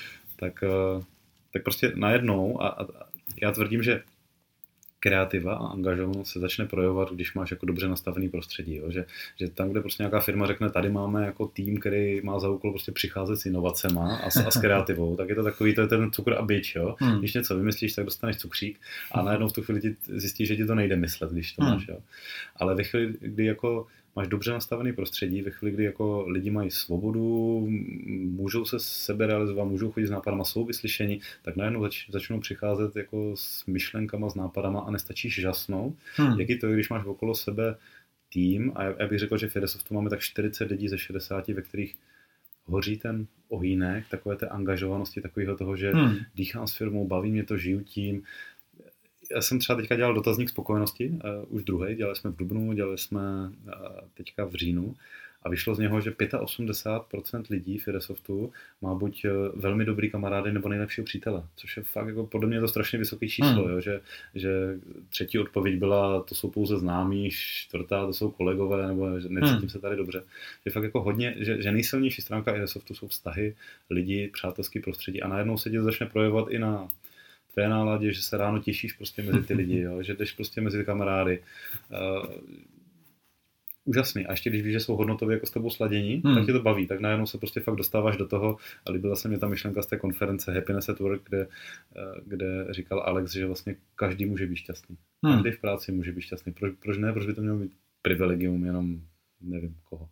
Tak prostě najednou a já tvrdím, že kreativa a angažovanost se začne projevovat, když máš jako dobře nastavený prostředí. Jo? Že tam, kde prostě nějaká firma řekne, tady máme jako tým, který má za úkol prostě přicházet s inovacema a s kreativou, tak je to takový, to je ten cukr a bič. Jo? Když něco vymyslíš, tak dostaneš cukřík a najednou v tu chvíli ti zjistíš, že ti to nejde myslet, když to máš. Jo? Ale ve chvíli, kdy jako máš dobře nastavený prostředí, ve chvíli, kdy jako lidi mají svobodu, můžou se sebe realizovat, můžou chodit s nápadama, jsou vyslyšeni, tak najednou začnou přicházet jako s myšlenkama, s nápadama a nestačíš žasnout. Jak je to, když máš okolo sebe tým, a já bych řekl, že v Iresoftu máme tak 40 lidí ze 60, ve kterých hoří ten ohýnek, takové té angažovanosti, takového toho, že dýchám s firmou, baví mě to, žiju tím. Já jsem třeba teďka dělal dotazník spokojenosti, už druhý, dělali jsme v dubnu, dělali jsme teďka v říjnu a vyšlo z něho, že 85% lidí v Iresoftu má buď velmi dobrý kamarády nebo nejlepšího přítele, což je fakt jako podle mě to strašně vysoké číslo, jo? Že třetí odpověď byla, to jsou pouze známí, čtvrtá, to jsou kolegové, nebo že necítím se tady dobře. Že fakt jako hodně, že nejsilnější stránka Iresoftu jsou vztahy, lidi, přátelský prostředí a najednou se to začne projevovat i na tvé náladě, že se ráno těšíš prostě mezi ty lidi, jo? Že jdeš prostě mezi kamarády. Úžasný. A ještě když víš, že jsou hodnotově jako s tebou sladění, tak tě to baví. Tak najednou se prostě fakt dostáváš do toho. A líbila se mi ta myšlenka z té konference Happiness at Work, kde říkal Alex, že vlastně každý může být šťastný. Každý v práci může být šťastný. Proč ne? Proč by to mělo být privilegium jenom nevím koho.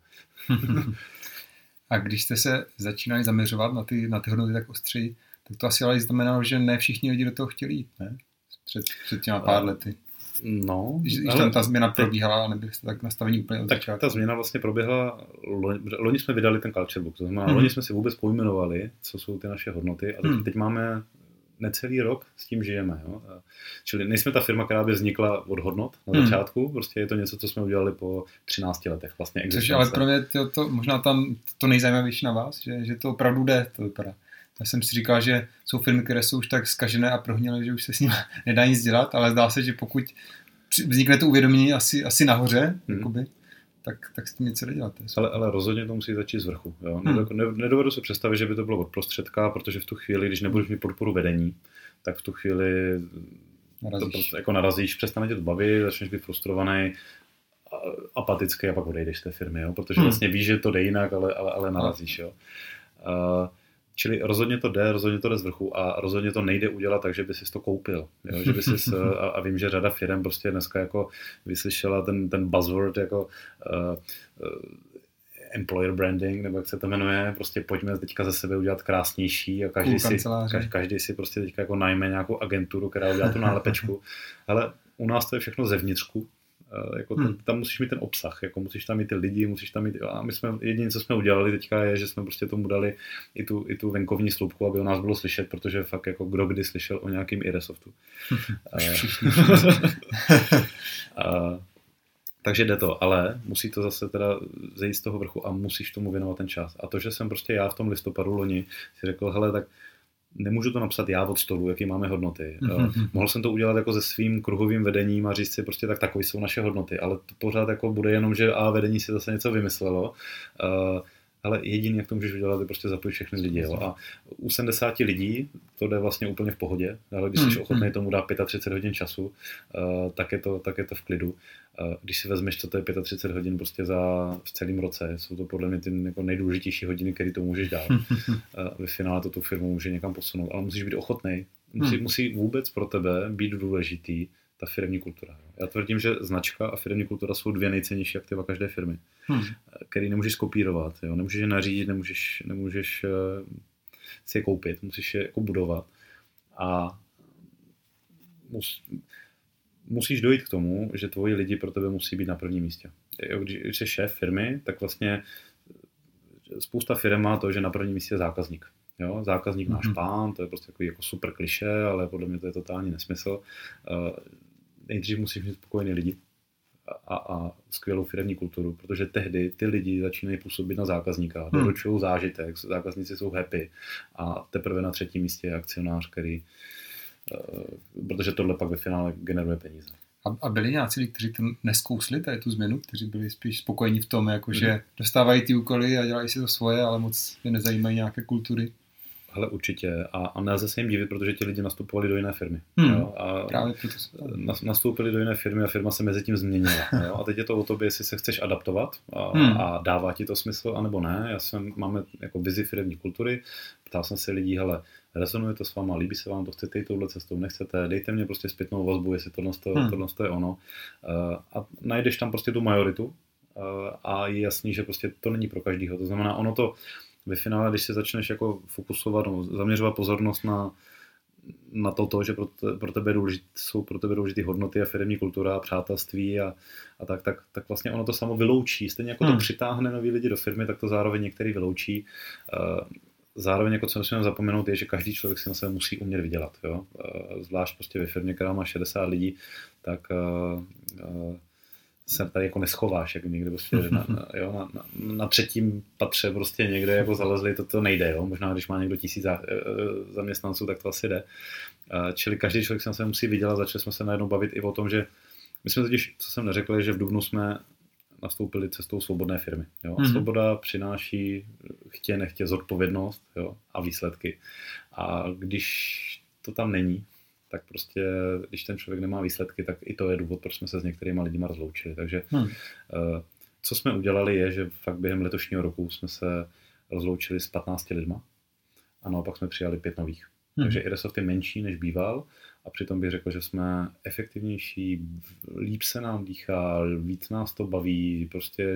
A když jste se začínali zaměřovat na ty hodnoty tak ostřeji, tak to asi ale znamenalo, že ne všichni lidi do toho chtěli jít, ne? Před těma pár lety. No. Když tam ta změna probíhala, a nebyli jste tak nastavení úplně od začátku. Ta změna vlastně proběhla, loni jsme vydali ten Culture Book, to znamená, loni jsme si vůbec pojmenovali, co jsou ty naše hodnoty a teď máme necelý rok s tím žijeme. Jo? Čili nejsme ta firma, která by vznikla od hodnot na začátku, prostě je to něco, co jsme udělali po 13 letech vlastně existence. Což ale pro mě to možná tam to nejzajímavější na vás, že to opravdu jde, to vypadá. Já jsem si říkal, že jsou firmy, které jsou už tak zkažené a prohnilé, že už se s nimi nedá nic dělat, ale zdá se, že pokud vznikne to uvědomění asi nahoře, jakoby, tak s tím něco dělat. Ale rozhodně to musí začít z vrchu. Jo? Nedovedu se představit, že by to bylo od prostředka, protože v tu chvíli, když nebudeš mít podporu vedení, tak v tu chvíli to prostě jako narazíš, přestane tě to bavit, začneš být frustrovaný, apatický a pak odejdeš z té firmy, jo? Protože vlastně víš, že to jde jinak, ale narazíš. Jo? Čili rozhodně to jde z vrchu a rozhodně to nejde udělat tak, že by si to koupil. Jo? Že by sis, a vím, že řada firem prostě dneska jako vyslyšela ten buzzword jako employer branding, nebo jak se to jmenuje, prostě pojďme teďka ze sebe udělat krásnější a každý si prostě teďka jako najme nějakou agenturu, která udělá tu nálepečku. Ale u nás to je všechno zevnitřku. Jako tam musíš mít ten obsah, jako musíš tam mít ty lidi, musíš tam mít, a my jsme, jediné, co jsme udělali teďka je, že jsme prostě tomu dali i tu venkovní sloupku, aby o nás bylo slyšet, protože fakt jako kdo kdy slyšel o nějakým Iresoftu. Takže jde to, ale musí to zase teda zejít z toho vrchu a musíš tomu věnovat ten čas. A to, že jsem prostě já v tom listopadu loni si řekl, hele, tak nemůžu to napsat já od stolu, jaký máme hodnoty. Mohl jsem to udělat jako se svým kruhovým vedením a říct si prostě tak takový jsou naše hodnoty, ale to pořád jako bude jenom, že vedení si zase něco vymyslelo. Ale jediný, jak to můžeš udělat, je prostě zapojit všechny lidi. Jo. A u 70 lidí to jde vlastně úplně v pohodě, ale když jsi ochotný tomu dát 35 hodin času, tak je to v klidu. Když si vezmeš, co to je 35 hodin prostě v celém roce, jsou to podle mě ty jako nejdůležitější hodiny, které to můžeš dát. Ve finále to tu firmu může někam posunout, ale musíš být ochotný. Musí vůbec pro tebe být důležitý ta firemní kultura. Já tvrdím, že značka a firemní kultura jsou dvě nejcennější aktiva každé firmy, který nemůžeš kopírovat, jo? Nemůžeš je nařídit, nemůžeš si je koupit, musíš je jako budovat a musíš dojít k tomu, že tvoji lidi pro tebe musí být na prvním místě. Když jsi šéf firmy, tak vlastně spousta firm má to, že na prvním místě je zákazník. Jo? Zákazník náš pán, to je prostě jako super klišé, ale podle mě to je totální nesmysl. Nejdřív musíš mít spokojený lidi a skvělou firemní kulturu, protože tehdy ty lidi začínají působit na zákazníka, doručují zážitek, zákazníci jsou happy a teprve na třetím místě je akcionář, který, protože tohle pak ve finále generuje peníze. A byli nějací lidi, kteří to neskousli, tady tu změnu, kteří byli spíš spokojení v tom, jako že dostávají ty úkoly a dělají si to svoje, ale moc je nezajímají nějaké kultury? Ale určitě. A nelze se jim divit, protože ti lidi nastupovali do jiné firmy. Jo? A právě proto nastoupili do jiné firmy a firma se mezi tím změnila. Jo? A teď je to o tobě, jestli se chceš adaptovat a dává ti to smysl, anebo ne. Máme jako vizi firemní kultury. Ptal jsem se lidí, hele, rezonuje to s váma, líbí se vám to, chcete jít touhle cestou, nechcete, dejte mě prostě zpětnou vazbu, jestli tohle je ono. A najdeš tam prostě tu majoritu a je jasný, že prostě to není pro každýho. To znamená, ono to ve finále, když se začneš jako fokusovat, zaměřovat pozornost na to, že pro tebe jsou pro tebe důležité hodnoty a firemní kultura a přátelství a tak vlastně ono to samo vyloučí. Stejně jako to přitáhne nový lidi do firmy, tak to zároveň některý vyloučí. Zároveň jako co nesmíme zapomenout je, že každý člověk si na sebe musí umět vydělat. Jo? Zvlášť prostě ve firmě, která má 60 lidí, tak se tady jako neschováš, jako někde prostě na třetím patře prostě někde jako zalezli, to nejde, jo? Možná když má někdo 1000 zaměstnanců, tak to asi jde. Čili každý člověk se na sebe musí vydělat, začali jsme se najednou bavit i o tom, že my jsme totiž, co jsem neřekl, že v dubnu jsme nastoupili cestou svobodné firmy. Jo? A svoboda přináší chtě nechtě zodpovědnost, jo? A výsledky. A když to tam není, tak prostě, když ten člověk nemá výsledky, tak i to je důvod, proč jsme se s některýma lidima rozloučili. Takže co jsme udělali je, že fakt během letošního roku jsme se rozloučili s 15 lidma a naopak jsme přijali 5 nových. Takže Iresoft je menší, než býval a přitom bych řekl, že jsme efektivnější, líp se nám dýchá, víc nás to baví, prostě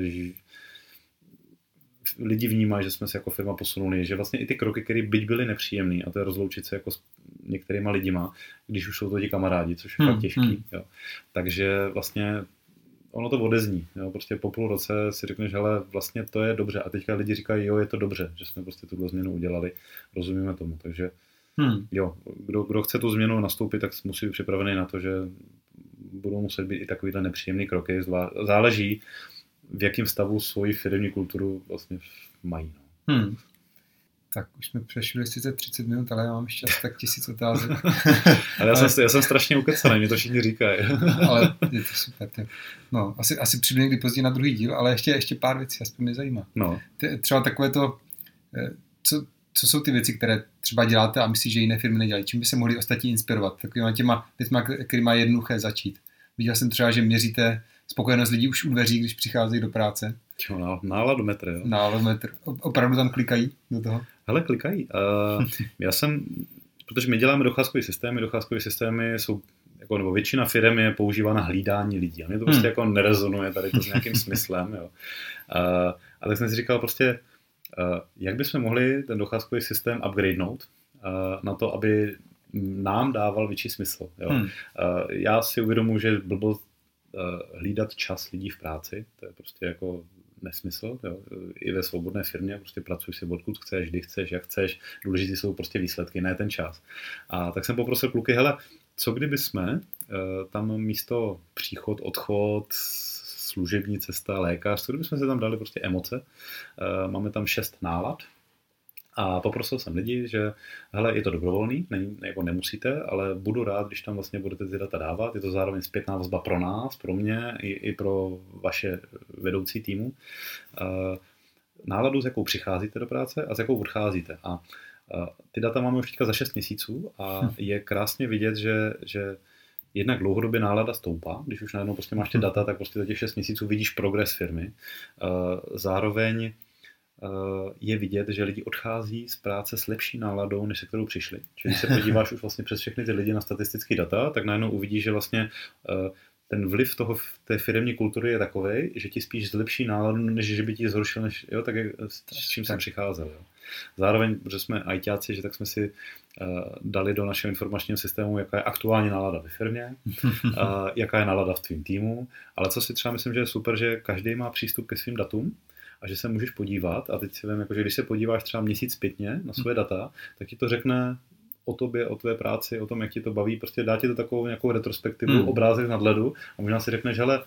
lidi vnímají, že jsme se jako firma posunuli, že vlastně i ty kroky, které byť byly nepříjemný, a to je rozloučit se jako s některýma lidima, když už jsou to ti kamarádi, což je fakt těžký. Jo. Takže vlastně ono to odezní. Jo. Prostě po půl roce si řekneš, hele, vlastně to je dobře. A teďka lidi říkají, jo, je to dobře, že jsme prostě tuhle změnu udělali. Rozumíme tomu. Takže jo, kdo chce tu změnu nastoupit, tak musí být připravený na to, že budou muset být i takovýhle nepříjemný kroky. Záleží, v jakém stavu svoji firemní kulturu vlastně mají. No. Tak už jsme přešli sice 30 minut, ale já mám ještě tak 1000 otázek. Ale já jsem strašně ukecaný, mě to všichni říkají. Ale je to super. Tak. No, asi přijdu někdy později na druhý díl, ale ještě pár věcí aspoň mě zajímá. No. Třeba takové to, co jsou ty věci, které třeba děláte a myslíš, že jiné firmy nedělají? Čím by se mohli ostatní inspirovat? Takovýma těma věcma, který má jednoduché začít. Viděl jsem třeba, že měříte spokojenost lidí už u dveří, když přicházejí do práce. Náladometr, jo. Náladometr. Opravdu tam klikají do toho? Hele, klikají. Protože my děláme docházkové systémy jsou jako, nebo většina firem je používá na hlídání lidí. A mě to prostě jako nerezonuje tady to s nějakým smyslem. Jo. A tak jsem si říkal prostě, jak bychom mohli ten docházkový systém upgradenout na to, aby nám dával větší smysl. Jo. Já si uvědomuji, že blbost hlídat čas lidí v práci, to je prostě jako nesmysl. Jo. I ve svobodné firmě prostě pracuj si odkud chceš, kdy chceš, jak chceš. Důležitý jsou prostě výsledky, ne ten čas. A tak jsem poprosil kluky, hele, co kdyby jsme tam místo příchod, odchod, služební cesta, lékař, co kdyby jsme se tam dali prostě emoce. Máme tam 6 nálad. A poprosil jsem lidi, že hele, je to dobrovolný, jako nemusíte, ale budu rád, když tam vlastně budete ty data dávat. Je to zároveň zpětná vazba pro nás, pro mě i pro vaše vedoucí týmu. Náladu, s jakou přicházíte do práce a s jakou odcházíte. A ty data máme už teďka za 6 měsíců a je krásně vidět, že jednak dlouhodobě nálada stoupá. Když už najednou prostě máš ty data, tak prostě za těch 6 měsíců vidíš progres firmy. Zároveň je vidět, že lidi odchází z práce s lepší náladou, než se kterou přišli. Čili když se podíváš už vlastně přes všechny ty lidi na statistické data, tak najednou uvidíš, že vlastně ten vliv toho v té firemní kultury je takovej, že ti spíš zlepší náladu, než že by ti zhoršil, než, jo, tak s čím jsem přicházel. Jo. Zároveň, protože jsme ITáci, že tak jsme si dali do našeho informačního systému, jaká je aktuální nálada ve firmě, jaká je nálada v tvým týmu, ale co si třeba myslím, že je super, že každý má přístup ke svým datům, a že se můžeš podívat, a teď si vím, jako, že když se podíváš třeba měsíc zpětně na svoje data, tak ti to řekne o tobě, o tvé práci, o tom, jak ti to baví, prostě dá ti to takovou nějakou retrospektivu, obrázek z nadhledu a možná si řekneš, hele,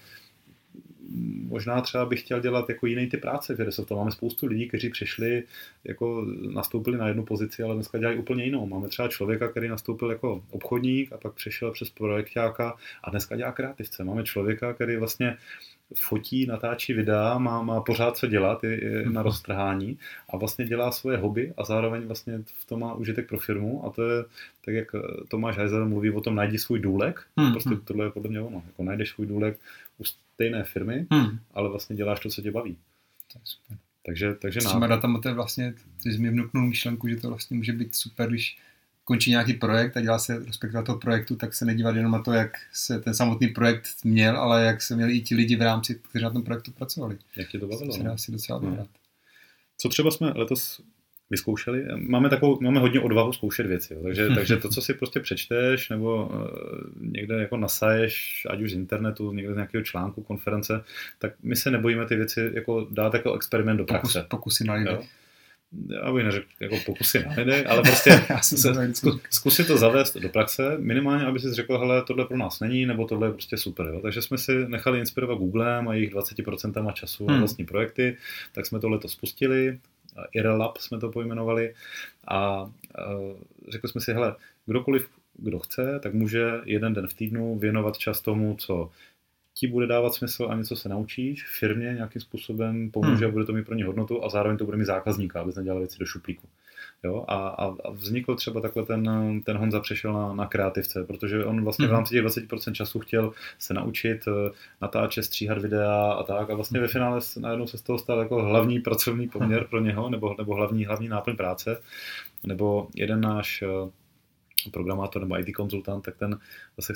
možná třeba bych chtěl dělat jako jiný typ práce, kde se to máme spoustu lidí, kteří přišli, jako nastoupili na jednu pozici, ale dneska dělají úplně jinou. Máme třeba člověka, který nastoupil jako obchodník a pak přešel přes projekťáka a dneska dělá kreativce. Máme člověka, který vlastně fotí, natáčí videa, má pořád co dělat, je na roztrhání a vlastně dělá svoje hobby a zároveň vlastně v tom má užitek pro firmu a to je tak, jak Tomáš Heiser mluví o tom, najdi svůj důlek, prostě tohle je podle mě ono, jako najdeš svůj důlek u stejné firmy, ale vlastně děláš to, co tě baví. To je super. Takže s těma datama to je vlastně, ty jsi mi vnuknul myšlenku, že to vlastně může být super, když končí nějaký projekt a dělá se respektive toho projektu, tak se nedívat jenom na to, jak se ten samotný projekt měl, ale jak se měli i ti lidi v rámci, kteří na tom projektu pracovali. Jak tě to bavilo? Se dá si docela vybrat. Co třeba jsme letos vyzkoušeli? Máme hodně odvahu zkoušet věci, jo. Takže to, co si prostě přečteš nebo někde jako nasaješ, ať už z internetu, někde z nějakého článku, konference, tak my se nebojíme ty věci jako dát jako experiment do praxe. Pokusy na lidech. Já bych neřekl jako pokusy na lidech, ale prostě zkusit to zavést do praxe, minimálně, aby si řekl, hele, tohle pro nás není, nebo tohle je prostě super. Jo. Takže jsme si nechali inspirovat Googlem a jejich 20% času na vlastní projekty, tak jsme tohleto spustili, IRLab jsme to pojmenovali a řekli jsme si, hele, kdokoliv, kdo chce, tak může jeden den v týdnu věnovat čas tomu, co ti bude dávat smysl a něco se naučíš, firmě nějakým způsobem pomůže a bude to mít pro ně hodnotu a zároveň to bude mít zákazníka, aby nedělal věci do šuplíku. Jo? A vznikl třeba takhle ten Honza přešel na kreativce, protože on vlastně v rámci těch 20% času chtěl se naučit natáčet, stříhat videa a tak a vlastně ve finále najednou se z toho stal jako hlavní pracovní poměr pro něho nebo hlavní náplň práce. Nebo jeden náš programátor nebo IT konzultant, tak ten zase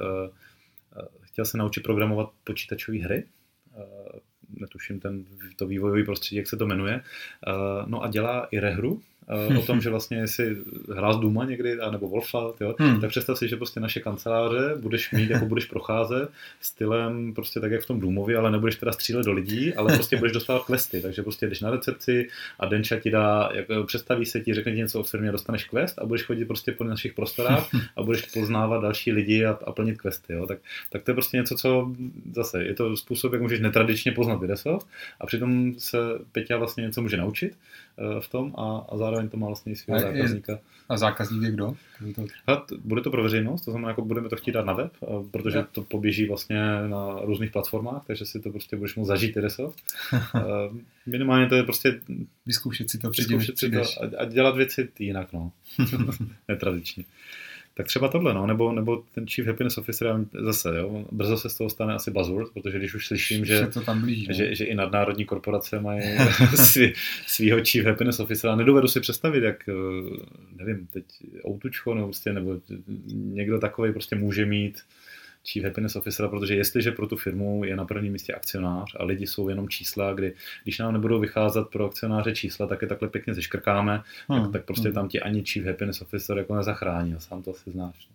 chtěl se naučit programovat počítačové hry, netuším to vývojové prostředí, jak se to jmenuje, no a dělá i rehru o tom, že vlastně jestli hrál z Duma někdy, nebo Wolfalt, jo, tak představ si, že prostě naše kanceláře budeš mít, jako budeš procházet stylem prostě tak, jak v tom Doomovi, ale nebudeš teda střílet do lidí, ale prostě budeš dostávat questy, takže prostě jdeš na recepci a Denča ti dá, představí se ti, řekne ti něco o firmě, dostaneš quest a budeš chodit prostě po našich prostorách a budeš poznávat další lidi a plnit questy, jo, tak to je prostě něco, co zase, je to způsob, jak můžeš netradičně poznat Videsoft a přitom se Peťa vlastně něco může naučit v tom a zároveň to má vlastně i svého zákazníka. A zákazník je kdo? Bude to pro veřejnost, to znamená, jako budeme to chtít dát na web, protože to poběží vlastně na různých platformách, takže si to prostě budeš moct zažít Videsoft. Minimálně to je prostě vyzkoušet si to předtím, a dělat věci jinak, no. Netradičně. Tak třeba tohle, no, nebo ten Chief Happiness Officer zase, jo, brzo se z toho stane asi buzzword, protože když už slyším, že i nadnárodní korporace mají svýho Chief Happiness Officera, a nedovedu si představit, jak, nevím, teď Outučko nebo někdo takovej prostě může mít Chief Happiness Officera, protože jestliže pro tu firmu je na prvním místě akcionář a lidi jsou jenom čísla, když nám nebudou vycházet pro akcionáře čísla, tak je takhle pěkně zeškrkáme, tak prostě tam ti ani Chief Happiness Officer jako nezachrání, a sám to asi znáš.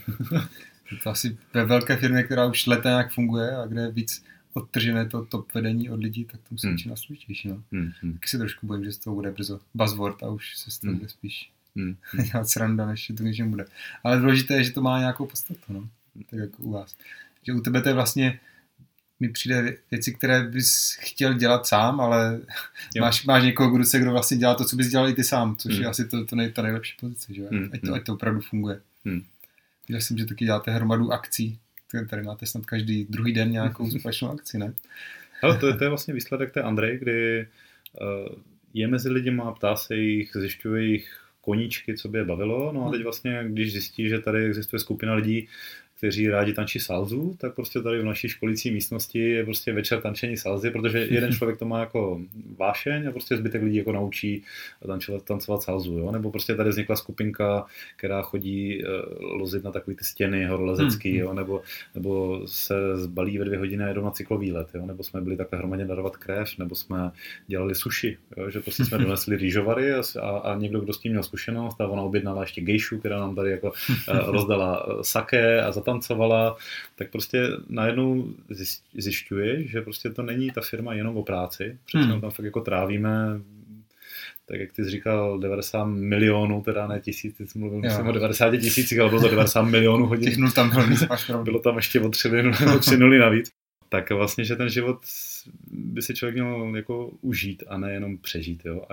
To asi ve velké firmě, která už leta nějak funguje a kde je víc odtržené to top vedení od lidí, tak to musí být naslužitější. No. Taky se trošku bojím, že z toho bude brzo buzzword a už se z toho bude spíš dělat sranda, než to něčem bude. Ale důležité je, že to má nějakou podstatu, no. Tak jako u vás. Že u tebe to je vlastně, mi přijde věci, které bys chtěl dělat sám, ale máš někoho k ruce, kdo vlastně dělá to, co bys dělal i ty sám, což je asi ta nejlepší pozice, že? Ať to opravdu funguje. Viděl jsem, že taky děláte hromadu akcí, tady máte snad každý druhý den nějakou společnou akci, ne? Ale to je vlastně výsledek té Andrej, kdy je mezi lidmi a ptá se jich, zjišťuje jich koníčky, co by je bavilo, no a teď vlastně, když zjistí, že tady existuje skupina lidí, kteří rádi tančí salzu, tak prostě tady v naší školící místnosti je prostě večer tančení salzy, protože jeden člověk to má jako vášeň a prostě zbytek lidí jako naučí tancovat salzu, jo? Nebo prostě tady vznikla skupinka, která chodí lozit na takový ty stěny horolezecký, jo? Nebo se zbalí ve 2 hodiny a jedou na cyklovýlet, jo? Nebo jsme byli takhle hromadně darovat krev, nebo jsme dělali sushi, jo? Že prostě jsme donesli rýžovary a někdo, kdo s tím měl zkušenost, a ona objednala ještě gejšu, která nám tady jako rozdala sake a tancovala, tak prostě najednou zjišťuje, že prostě to není ta firma jenom o práci, přece tam fakt jako trávíme, tak jak ty jsi říkal, 90 milionů, teda ne tisíc, ty jsi mluvil o 90 tisících, ale bylo to 90 milionů hodin. Těch nul tam bylo tam ještě o 3 nuly navíc. Tak vlastně, že ten život by si člověk měl jako užít a ne jenom přežít, jo,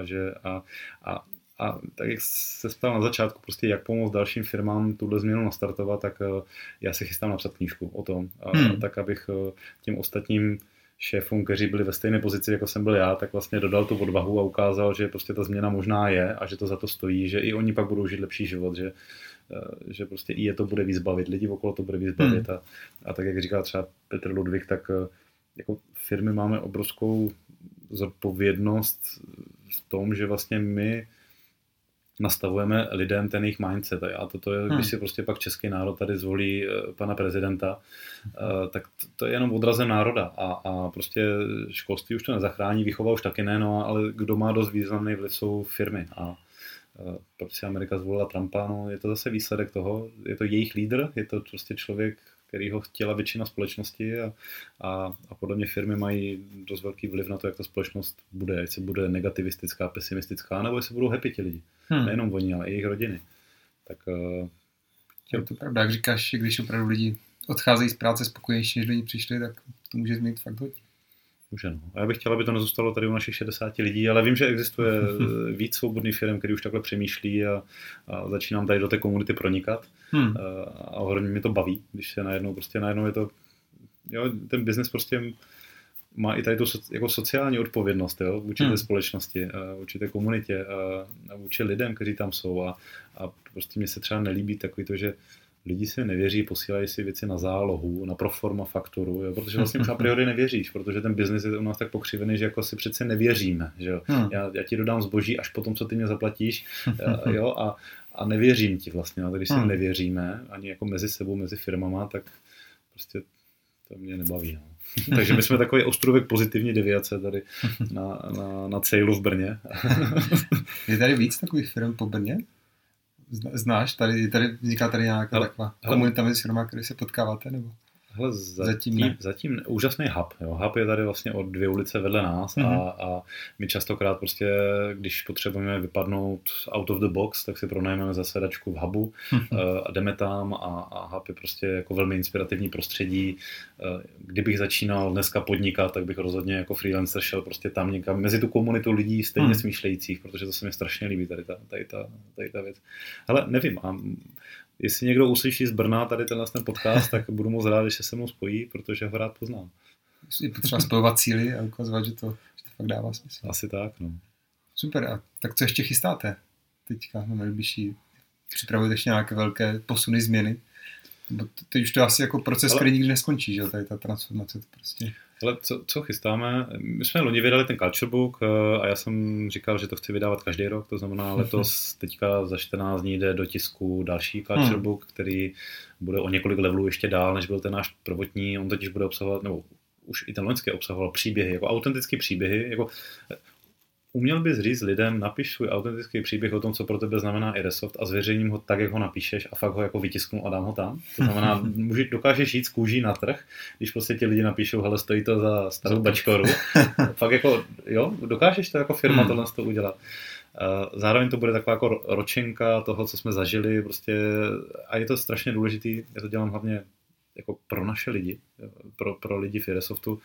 a tak jak se ptal na začátku, prostě jak pomoct dalším firmám tuhle změnu nastartovat, tak já si chystám napsat knížku o tom, tak abych těm ostatním šéfům, kteří byli ve stejné pozici, jako jsem byl já, tak vlastně dodal tu odvahu a ukázal, že prostě ta změna možná je a že to za to stojí, že i oni pak budou žít lepší život, že prostě i je to bude víc bavit, lidi okolo to bude víc bavit a tak jak říkal třeba Petr Ludvík, tak jako firmy máme obrovskou zodpovědnost v tom, že vlastně my nastavujeme lidem ten jejich mindset. A to je, když si prostě pak český národ tady zvolí pana prezidenta, tak to je jenom odrazem národa. A prostě školství už to nezachrání, výchova už taky ne, no, ale kdo má dost významný vliv, jsou firmy. A proč si Amerika zvolila Trumpa, no, je to zase výsledek toho, je to jejich lídr, je to prostě člověk, který ho chtěla většina společnosti a podle mě firmy mají dost velký vliv na to, jak ta společnost bude, jestli bude negativistická, pesimistická, nebo jestli budou happy ti lidi. Nejenom oni, ale i jejich rodiny. Tak, je to pravda, jak říkáš, když opravdu lidi odcházejí z práce spokojenější, než do ní přišli, tak to může změnit fakt hodně. Může, no. A já bych chtěl, aby to nezůstalo tady u našich 60 lidí, ale vím, že existuje víc svobodných firm, který už takhle přemýšlí a začínám tady do té komunity pronikat. A hodně mi to baví, když se najednou je to, jo, ten biznes prostě má i tady tu jako sociální odpovědnost, jo, vůči té společnosti, vůči té komunitě a vůči lidem, kteří tam jsou a prostě mně se třeba nelíbí takový to, že lidi si nevěří, posílají si věci na zálohu, na proforma fakturu, jo, protože vlastně už a priori nevěříš, protože ten biznis je u nás tak pokřivený, že jako si přece nevěříme, že jo. Já ti dodám zboží až po tom, co ty mě zaplatíš, jo, a nevěřím ti vlastně, ale když si nevěříme, ani jako mezi sebou, mezi firmama, tak prostě to mě nebaví, no. Takže my jsme takový ostrůvek pozitivní deviace tady na Cejlu v Brně. Je tady víc takových firm po Brně? Znáš? Tady vzniká tady nějaká taková komunita mezi firmami, které se potkáváte? Nebo? Hele, zatím úžasný hub. Jo. Hub je tady vlastně o 2 ulice vedle nás a my častokrát prostě, když potřebujeme vypadnout out of the box, tak si pronajmeme zasedačku v hubu a jdeme tam a hub je prostě jako velmi inspirativní prostředí. Kdybych začínal dneska podnikat, tak bych rozhodně jako freelancer šel prostě tam někam mezi tu komunitu lidí stejně smýšlejících, protože to se mi strašně líbí, tady ta věc. Ale nevím, jestli někdo uslyší z Brna tady ten podcast, tak budu moc rád, když se mnou spojí, protože ho rád poznám. Je potřeba spojovat cíly a ukazovat, že to fakt dává smysl. Asi tak, no. Super, a tak co ještě chystáte teďka na nejbližší připravujete ještě nějaké velké posuny, změny? Teď už to asi jako proces, který nikdy neskončí, že tady ta transformace to prostě... Ale co chystáme? My jsme loni vydali ten Culture Book a já jsem říkal, že to chci vydávat každý rok, to znamená letos teďka za 14 dní jde do tisku další Culture Book, který bude o několik levelů ještě dál, než byl ten náš prvotní. On totiž bude obsahovat, nebo už i ten loňský obsahoval příběhy, jako autentické příběhy, jako uměl bys říct lidem, napiš svůj autentický příběh o tom, co pro tebe znamená iResoft a zveřejním ho tak, jak ho napíšeš a fakt ho jako vytisknu a dám ho tam. To znamená, dokážeš jít z kůží na trh, když prostě ti lidi napíšou, hele, stojí to za starou bačkoru. Fakt jako, jo, dokážeš to jako firma tohle to udělat. Zároveň to bude taková jako ročenka toho, co jsme zažili, prostě, a je to strašně důležitý, já to dělám hlavně jako pro naše lidi, pro lidi v iResoftu,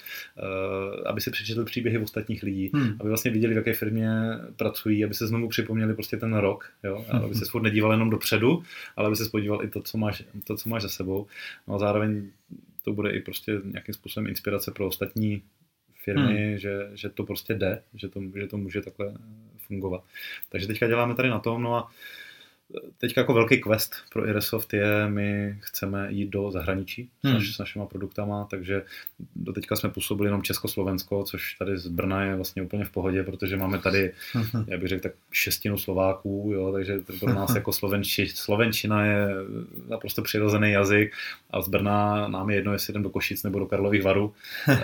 aby si přečetli příběhy ostatních lidí, aby vlastně viděli, v jaké firmě pracují, aby se znovu připomněli prostě ten rok, jo? Aby se furt nedíval jenom dopředu, ale aby se podíval i to, co máš za sebou. No a zároveň to bude i prostě nějakým způsobem inspirace pro ostatní firmy, že to prostě jde, že to může takhle fungovat. Takže teďka děláme tady na tom, no a teďka jako velký quest pro iResoft je, my chceme jít do zahraničí s našima produktama, takže doteďka jsme působili jenom Československo, což tady z Brna je vlastně úplně v pohodě, protože máme tady, já bych řekl, tak 1/6 Slováků, jo, takže pro nás jako slovenčina je naprosto přirozený jazyk a z Brna nám je jedno, jestli jdem do Košic nebo do Karlových Varů.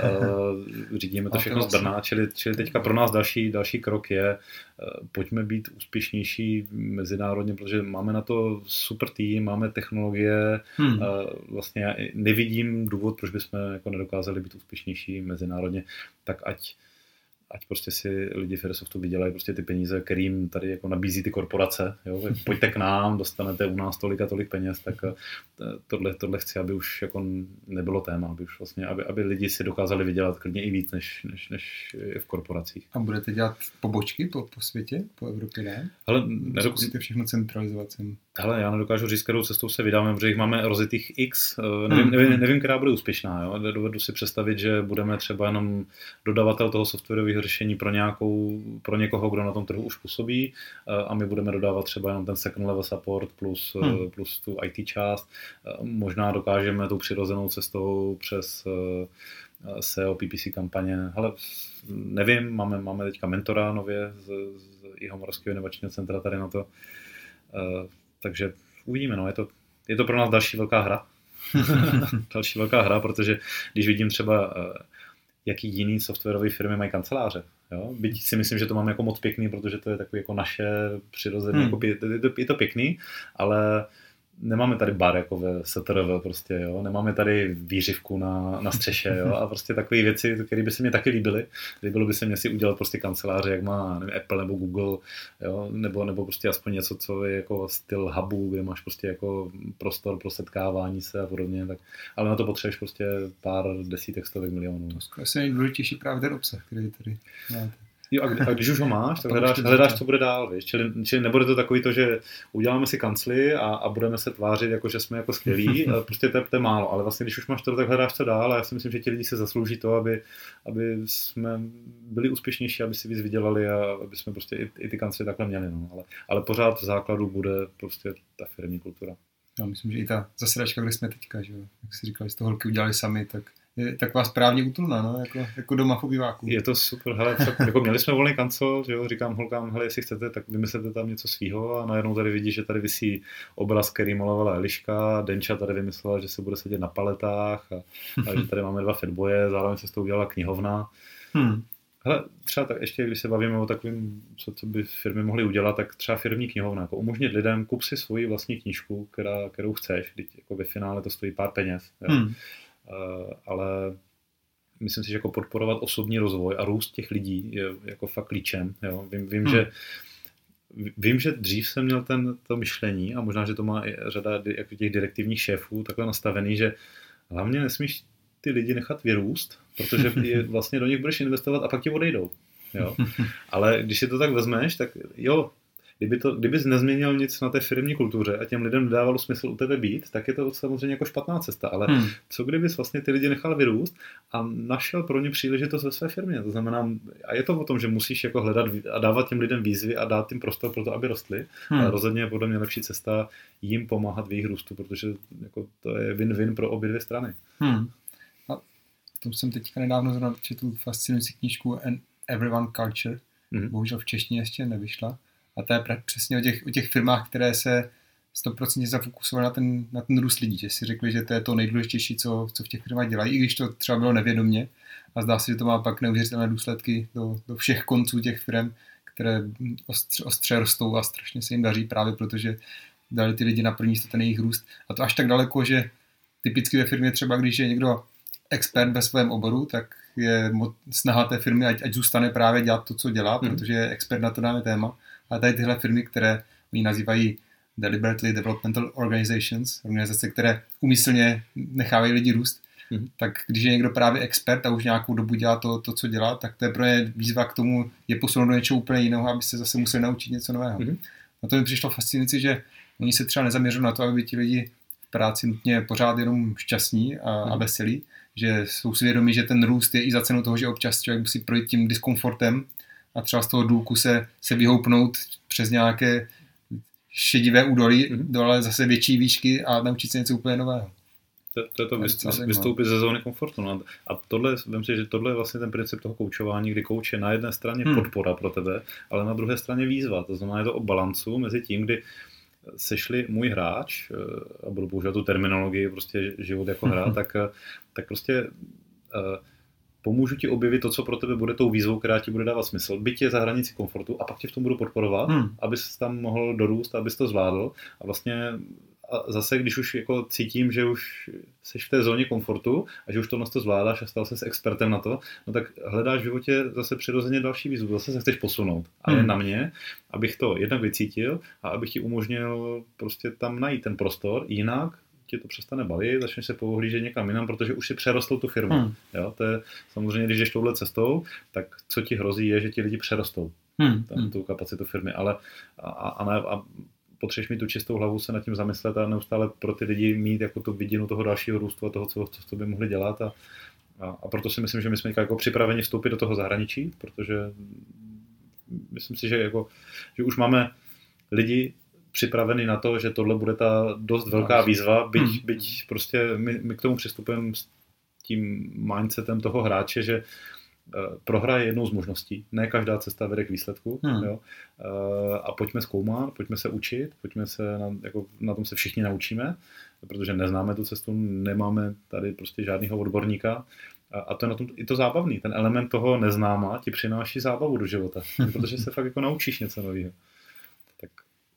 Řídíme to všechno z Brna, čili teďka pro nás další krok je, pojďme být úspěšnější mezinárodně, protože máme na to super tým, máme technologie, vlastně já nevidím důvod, proč bychom jako nedokázali být úspěšnější mezinárodně, tak ať prostě si lidi v iResoftu vydělají prostě ty peníze, kterým tady jako nabízí ty korporace. Jo? Pojďte k nám, dostanete u nás tolik a tolik peněz, tak tohle chci, aby už jako nebylo téma, aby už vlastně, aby lidi si dokázali vydělat klidně i víc, než v korporacích. A budete dělat pobočky po světě, po Evropě, ne? Hele, zkusíte všechno centralizovat sem. Hele, já nedokážu říct, kterou cestou se vydáme, protože jich máme rozjetých X. Nevím, která bude úspěšná. Jo? Dovedu si představit, že budeme třeba jenom dodavatel toho softwarového řešení pro někoho, kdo na tom trhu už působí, a my budeme dodávat třeba jenom ten second level support plus tu IT část. Možná dokážeme tou přirozenou cestou přes SEO, PPC kampaně. Hele, nevím, máme teďka mentora nově z Jihomoravského inovačního centra tady na to. Takže uvidíme, no, je to pro nás další velká hra. Další velká hra, protože když vidím třeba, jaký jiný softwarové firmy mají kanceláře, jo? Byť si myslím, že to máme jako moc pěkný, protože to je takový jako naše přirozené, jako je to pěkný, ale nemáme tady bar jako ve STRV prostě, jo? Nemáme tady výřivku na střeše, jo? A prostě takové věci, které by se mě taky líbily. Líbilo by se mě si udělat prostě kanceláře, jak má nevím, Apple nebo Google, jo? Nebo prostě aspoň něco, co je jako styl hubu, kde máš prostě jako prostor pro setkávání se a podobně, tak, ale na to potřebuješ prostě pár desítek, stovek milionů. To je nejdůležitější právě ten obsah, který tady máte. Jo, a když už ho máš, tak hledáš, co bude dál, víš? Čili nebude to takový to, že uděláme si kancli a budeme se tvářit, jako že jsme jako skvělí, prostě to je málo, ale vlastně když už máš to, tak hledáš co dál a já si myslím, že ti lidi se zaslouží to, aby jsme byli úspěšnější, aby si víc vydělali a aby jsme prostě i ty kancly takhle měli, no. Ale pořád v základu bude prostě ta firmní kultura. Já myslím, že i ta zasedačka, kde jsme teďka, že jo, jak si říkali, že to holky udělali sami, tak je taková správně útulná, no? jako doma v obýváku. Je to super, hele, jako měli jsme volný kancel, že jo, říkám holkám, hele, jestli chcete, tak vymyslete tam něco svýho a najednou tady vidíš, že tady visí obraz, který malovala Eliška, Denča tady vymyslela, že se bude sedět na paletách a že tady máme 2 fatboye, zároveň se s tou udělala knihovna. Hele, třeba tak ještě, když se bavíme o takovým, co by firmy mohly udělat, tak třeba firmní knihovna, jako umožnit lidem, kup si svoji vlastní knížku, kterou chceš, když jako ve finále to stojí pár peněz, jo. Ale myslím si, že jako podporovat osobní rozvoj a růst těch lidí je jako fakt klíčem. Jo. Vím, že dřív jsem měl to myšlení a možná, že to má i řada jako těch direktivních šéfů takhle nastavený, že hlavně nesmíš ty lidi nechat vyrůst, protože vlastně do nich budeš investovat a pak ti odejdou. Jo. Ale když si to tak vezmeš, tak jo, kdybys nezměnil nic na té firmní kultuře a těm lidem dávalo smysl u tebe být, tak je to samozřejmě jako špatná cesta, ale co kdybys vlastně ty lidi nechal vyrůst a našel pro ně příležitost ve své firmě, to znamená, a je to o tom, že musíš jako hledat a dávat těm lidem výzvy a dát jim prostor pro to, aby rostli, ale rozhodně je podle mě lepší cesta jim pomáhat v jejich růstu, protože jako to je win-win pro obě dvě strany. A v tom jsem teďka nedávno četl fascinující knížku Everyone Culture, bohužel v češtině ještě nevyšla. A to je přesně o těch firmách, které se 100% zafokusovaly na ten růst lidí, že si řekli, že to je to nejdůležitější, co v těch firmách dělají, i když to třeba bylo nevědomě. A zdá se, že to má pak neuvěřitelné důsledky do všech konců těch firm, které ostře rostou a strašně se jim daří právě protože dali ty lidi na první místo ten jejich růst. A to až tak daleko, že typicky ve firmě třeba, když je někdo expert ve svém oboru, tak je snaha té firmy, ať zůstane právě dělat to, co dělá, protože je expert na to dané téma. A tady tyhle firmy, které oni nazývají Deliberately Developmental Organizations, organizace, které úmyslně nechávají lidi růst, tak když je někdo právě expert a už nějakou dobu dělá to, co dělá, tak to je pro ně výzva k tomu je posunout do něčeho úplně jiného, aby se zase museli naučit něco nového. A to mi přišlo fascinující, že oni se třeba nezaměřují na to, aby ti lidi v práci nutně pořád jenom šťastní a veselí, že jsou si vědomí, že ten růst je i za cenu toho, že občas člověk musí projít tím diskomfortem a třeba z toho důlku se vyhoupnout přes nějaké šedivé údolí, dole zase větší výšky a naučit se něco úplně nového. To je to vystoupit ze zóny komfortu. No. A tohle, vím si, že tohle je vlastně ten princip toho koučování, kdy kouč je na jedné straně podpora pro tebe, ale na druhé straně výzva. To znamená, je to o balancu mezi tím, kdy sešli můj hráč, a budu používat tu terminologii, prostě život jako hra, tak prostě pomůžu ti objevit to, co pro tebe bude tou výzvou, která ti bude dávat smysl. Byť je za hranici komfortu a pak tě v tom budu podporovat, abys tam mohl dorůst, abys to zvládl. A vlastně a zase, když už jako cítím, že už jsi v té zóně komfortu a že už to zvládáš a stal se expertem na to, no tak hledáš v životě zase přirozeně další výzvu, zase se chceš posunout. A je na mě, abych to jednak vycítil a abych ti umožnil prostě tam najít ten prostor, jinak tě to přestane bavit, začneš se pohlížet někam jinam, protože už si přerostl tu firmu. Jo, to je samozřejmě, když jdeš touhle cestou, tak co ti hrozí je, že ti lidi přerostou tu kapacitu firmy, ale a potřebuješ mít tu čistou hlavu, se nad tím zamyslet a neustále pro ty lidi mít jako tu vidinu toho dalšího růstu a toho, co by mohli dělat. A proto si myslím, že my jsme jako připraveni vstoupit do toho zahraničí, protože myslím si, že už máme lidi připraveni na to, že tohle bude ta dost velká výzva, byť prostě my k tomu přistupujeme s tím mindsetem toho hráče, že prohra je jednou z možností. Ne každá cesta vede k výsledku. Jo? A pojďme zkoumat, pojďme se učit, na tom se všichni naučíme, protože neznáme tu cestu, nemáme tady prostě žádného odborníka. A to je na tom i to zábavný. Ten element toho neznáma ti přináší zábavu do života, protože se fakt jako naučíš něco nového. Tak.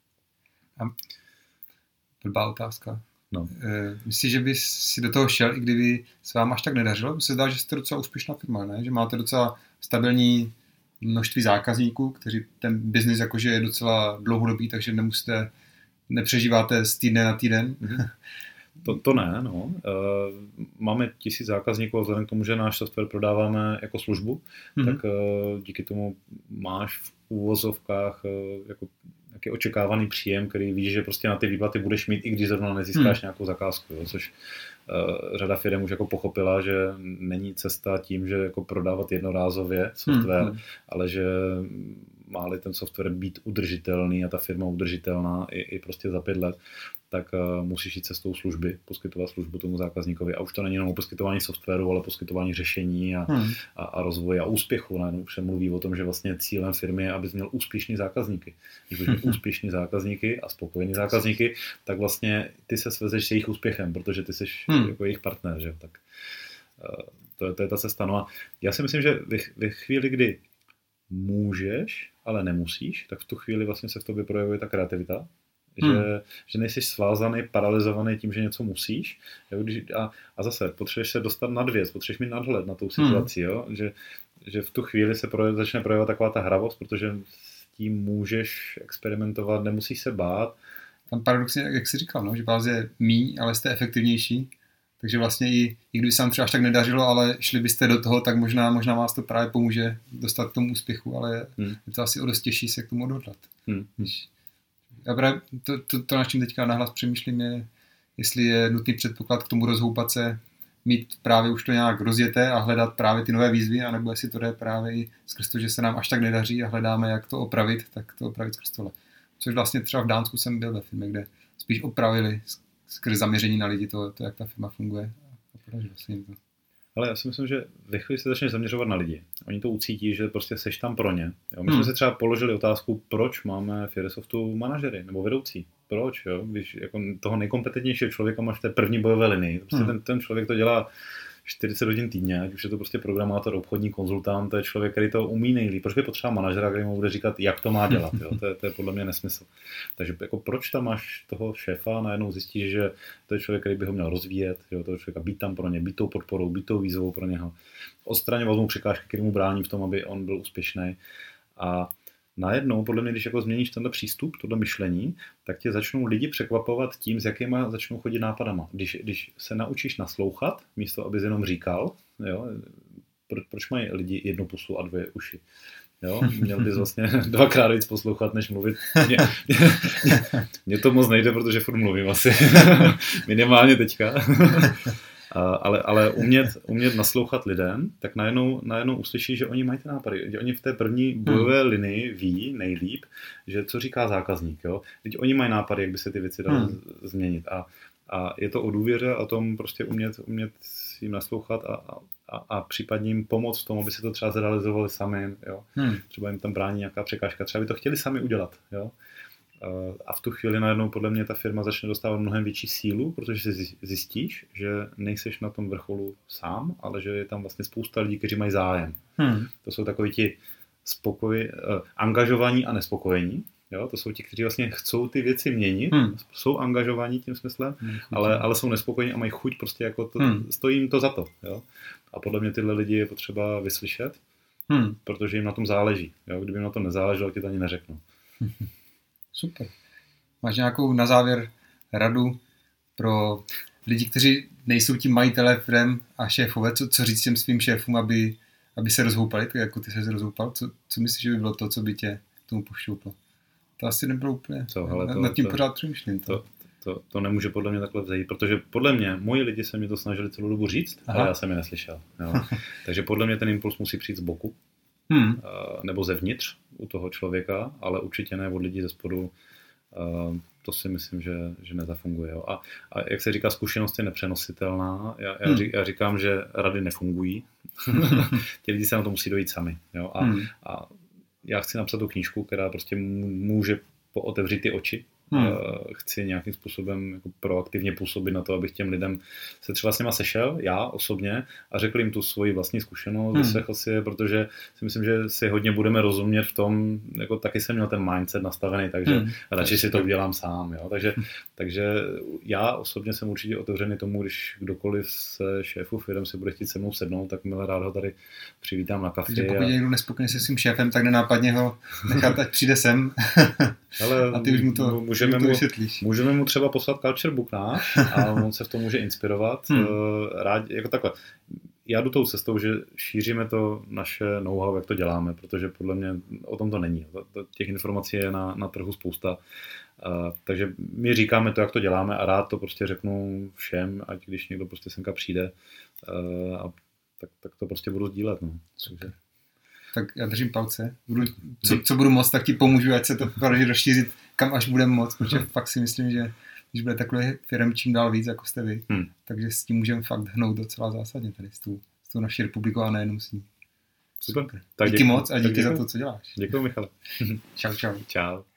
Blbá otázka. No. Myslíš, že bys si do toho šel, i kdyby se vám až tak nedařilo? Se zdá, že jste docela úspěšná firma, ne? Že máte docela stabilní množství zákazníků, kteří ten biznis jakože je docela dlouhodobý, takže nepřežíváte z týdne na týden. To ne, no. Máme 1000 zákazníků a vzhledem k tomu, že náš software prodáváme jako službu, tak díky tomu máš v úvozovkách jako nějaký očekávaný příjem, který víš, že prostě na ty výplaty budeš mít, i když zrovna nezískáš nějakou zakázku, jo, což řada firm už jako pochopila, že není cesta tím, že jako prodávat jednorázově software, ale že má-li ten software být udržitelný a ta firma udržitelná i prostě za 5 let, tak musíš jít cestou služby, poskytovat službu tomu zákazníkovi. A už to není jenom poskytování softwaru, ale poskytování řešení a rozvoje a úspěchu. Najednou už se mluví o tom, že vlastně cílem firmy je, abys měl úspěšní zákazníky. Když budeš mít úspěšní zákazníky a spokojení zákazníky, tak vlastně ty se svezeš s jejich úspěchem, protože ty jsi jako jejich partner. Že? Tak to je ta cesta. No a já si myslím, že ve chvíli, kdy můžeš, ale nemusíš, tak v tu chvíli vlastně se v tobě projevuje ta kreativita. Že nejsi svázaný, paralizovaný tím, že něco musíš. A zase potřebuješ se dostat nad věc, potřebuješ mít nadhled na tou situaci. Jo? Že v tu chvíli se začne projevovat taková ta hravost, protože s tím můžeš experimentovat, nemusíš se bát. Tam paradoxně, jak jsi říkal, no, že vás je míň, ale jste efektivnější, Takže vlastně i kdyby se vám třeba až tak nedařilo, ale šli byste do toho, tak možná vás to právě pomůže dostat k tomu úspěchu, ale je to asi o dost těžší se k tomu odhodlat. Já právě to, na čím teďka nahlas přemýšlím, je, jestli je nutný předpoklad k tomu rozhoupat se, mít právě už to nějak rozjeté a hledat právě ty nové výzvy, anebo jestli to jde právě i skrz to, že se nám až tak nedaří a hledáme, jak to opravit, tak to opravit skrz tohle. Což vlastně třeba v Dánsku jsem byl ve firmě, kde spíš opravili skrz zaměření na lidi to jak ta firma funguje. Vlastně to. Ale já si myslím, že ve chvíli se začneš zaměřovat na lidi. Oni to ucítí, že prostě seš tam pro ně. Jo? My jsme se třeba položili otázku, proč máme v Iresoftu manažery nebo vedoucí. Proč? Jo? Když jako toho nejkompetentnějšího člověka máš v té první bojové linii. Prostě ten člověk to dělá 40 hodin týdně, ať už je to prostě programátor, obchodní konzultant, to je člověk, který to umí nejlíp. Proč by potřeba manažera, který mu bude říkat, jak to má dělat? Jo? To je podle mě nesmysl. Takže jako proč tam máš toho šéfa, najednou zjistíš, že to je člověk, který by ho měl rozvíjet, jo? Toho člověka být tam pro ně, být tou podporou, být tou výzvou pro něho. Odstraňovat mu překážky, které mu brání v tom, aby on byl úspěšný. A najednou, podle mě, když jako změníš tenhle přístup, tohle myšlení, tak tě začnou lidi překvapovat tím, s jakýma začnou chodit nápadama. Když se naučíš naslouchat, místo aby jenom říkal, jo, proč mají lidi jednu pusu a dvě uši? Jo? Měl bys vlastně dvakrát víc poslouchat, než mluvit. Mně to moc nejde, protože furt mluvím asi. Minimálně teďka. Ale umět naslouchat lidem, tak najednou uslyší, že oni mají ty nápady. Že oni v té první bojové linii ví nejlíp, že co říká zákazník. Jo? Teď oni mají nápady, jak by se ty věci daly změnit. A je to o důvěře a o tom prostě umět jim naslouchat a případně jim pomoct v tom, aby si to třeba zrealizovali sami. Jo? Třeba jim tam brání nějaká překážka. Třeba by to chtěli sami udělat. Jo? A v tu chvíli najednou podle mě ta firma začne dostávat mnohem větší sílu, protože si zjistíš, že nejseš na tom vrcholu sám, ale že je tam vlastně spousta lidí, kteří mají zájem. To jsou takoví ti angažovaní a nespokojení. Jo? To jsou ti, kteří vlastně chcou ty věci měnit, jsou angažovaní tím smyslem, ale jsou nespokojení a mají chuť prostě jako to, stojí jim to za to. Jo? A podle mě tyhle lidi je potřeba vyslyšet, protože jim na tom záleží. Jo? Kdyby jim na tom nezáleželo, ti to ani neřeknu. Super. Máš nějakou na závěr radu pro lidi, kteří nejsou tím majitelé firem a šéfové, co říct těm svým šéfům, aby se rozhoupali, tak jako ty se rozhoupal? Co myslíš, že by bylo to, co by tě k tomu pošťouplo? To asi nebylo úplně. Nad tím pořád přemýšlím. To nemůže podle mě takhle vzejít, protože podle mě, moji lidi se mi to snažili celou dobu říct, ale já jsem je neslyšel. Jo. Takže podle mě ten impuls musí přijít z boku, nebo zevnitř u toho člověka, ale určitě ne od lidí ze spodu. To si myslím, že nezafunguje. Jo. A jak se říká, zkušenost je nepřenositelná. Já říkám, že rady nefungují. Ti lidi se na to musí dojít sami. Jo. A já chci napsat tu knížku, která prostě může otevřít ty oči. Chci nějakým způsobem jako proaktivně působit na to, abych těm lidem se třeba s nima sešel, já osobně, a řekl jim tu svoji vlastní zkušenost, vyslechl si je, protože si myslím, že si hodně budeme rozumět v tom, jako taky jsem měl ten mindset nastavený, takže radši si to udělám sám. Jo? Takže já osobně jsem určitě otevřený tomu, když kdokoliv se šéfů firem si bude chtít se mnou sednout, tak milé rád ho tady přivítám na kafe. Takže pokud je někdo nespokojený se svým šéfem, tak nenápadně ho nechat, ať přijde sem. Ale a ty už mu to můžeme mu třeba poslat culture book náš a on se v tom může inspirovat. Rád, jako takhle. Já jdu tou cestou, že šíříme to naše know-how, jak to děláme, protože podle mě o tom to není. Těch informací je na trhu spousta. Takže my říkáme to, jak to děláme a rád to prostě řeknu všem, ať když někdo prostě semka přijde, tak to prostě budu sdílet. No. Tak já držím palce. Co budu moct, tak ti pomůžu, ať se to podaří rozšířit, kam až budeme moct, protože fakt si myslím, že když bude takhle firem čím dál víc, jako jste vy, takže s tím můžeme fakt hnout docela zásadně tady s tou naší republikou a nejenom s ní. Super. Díky moc a díky za to, co děláš. Děkuji, Michale. Čau. Čau.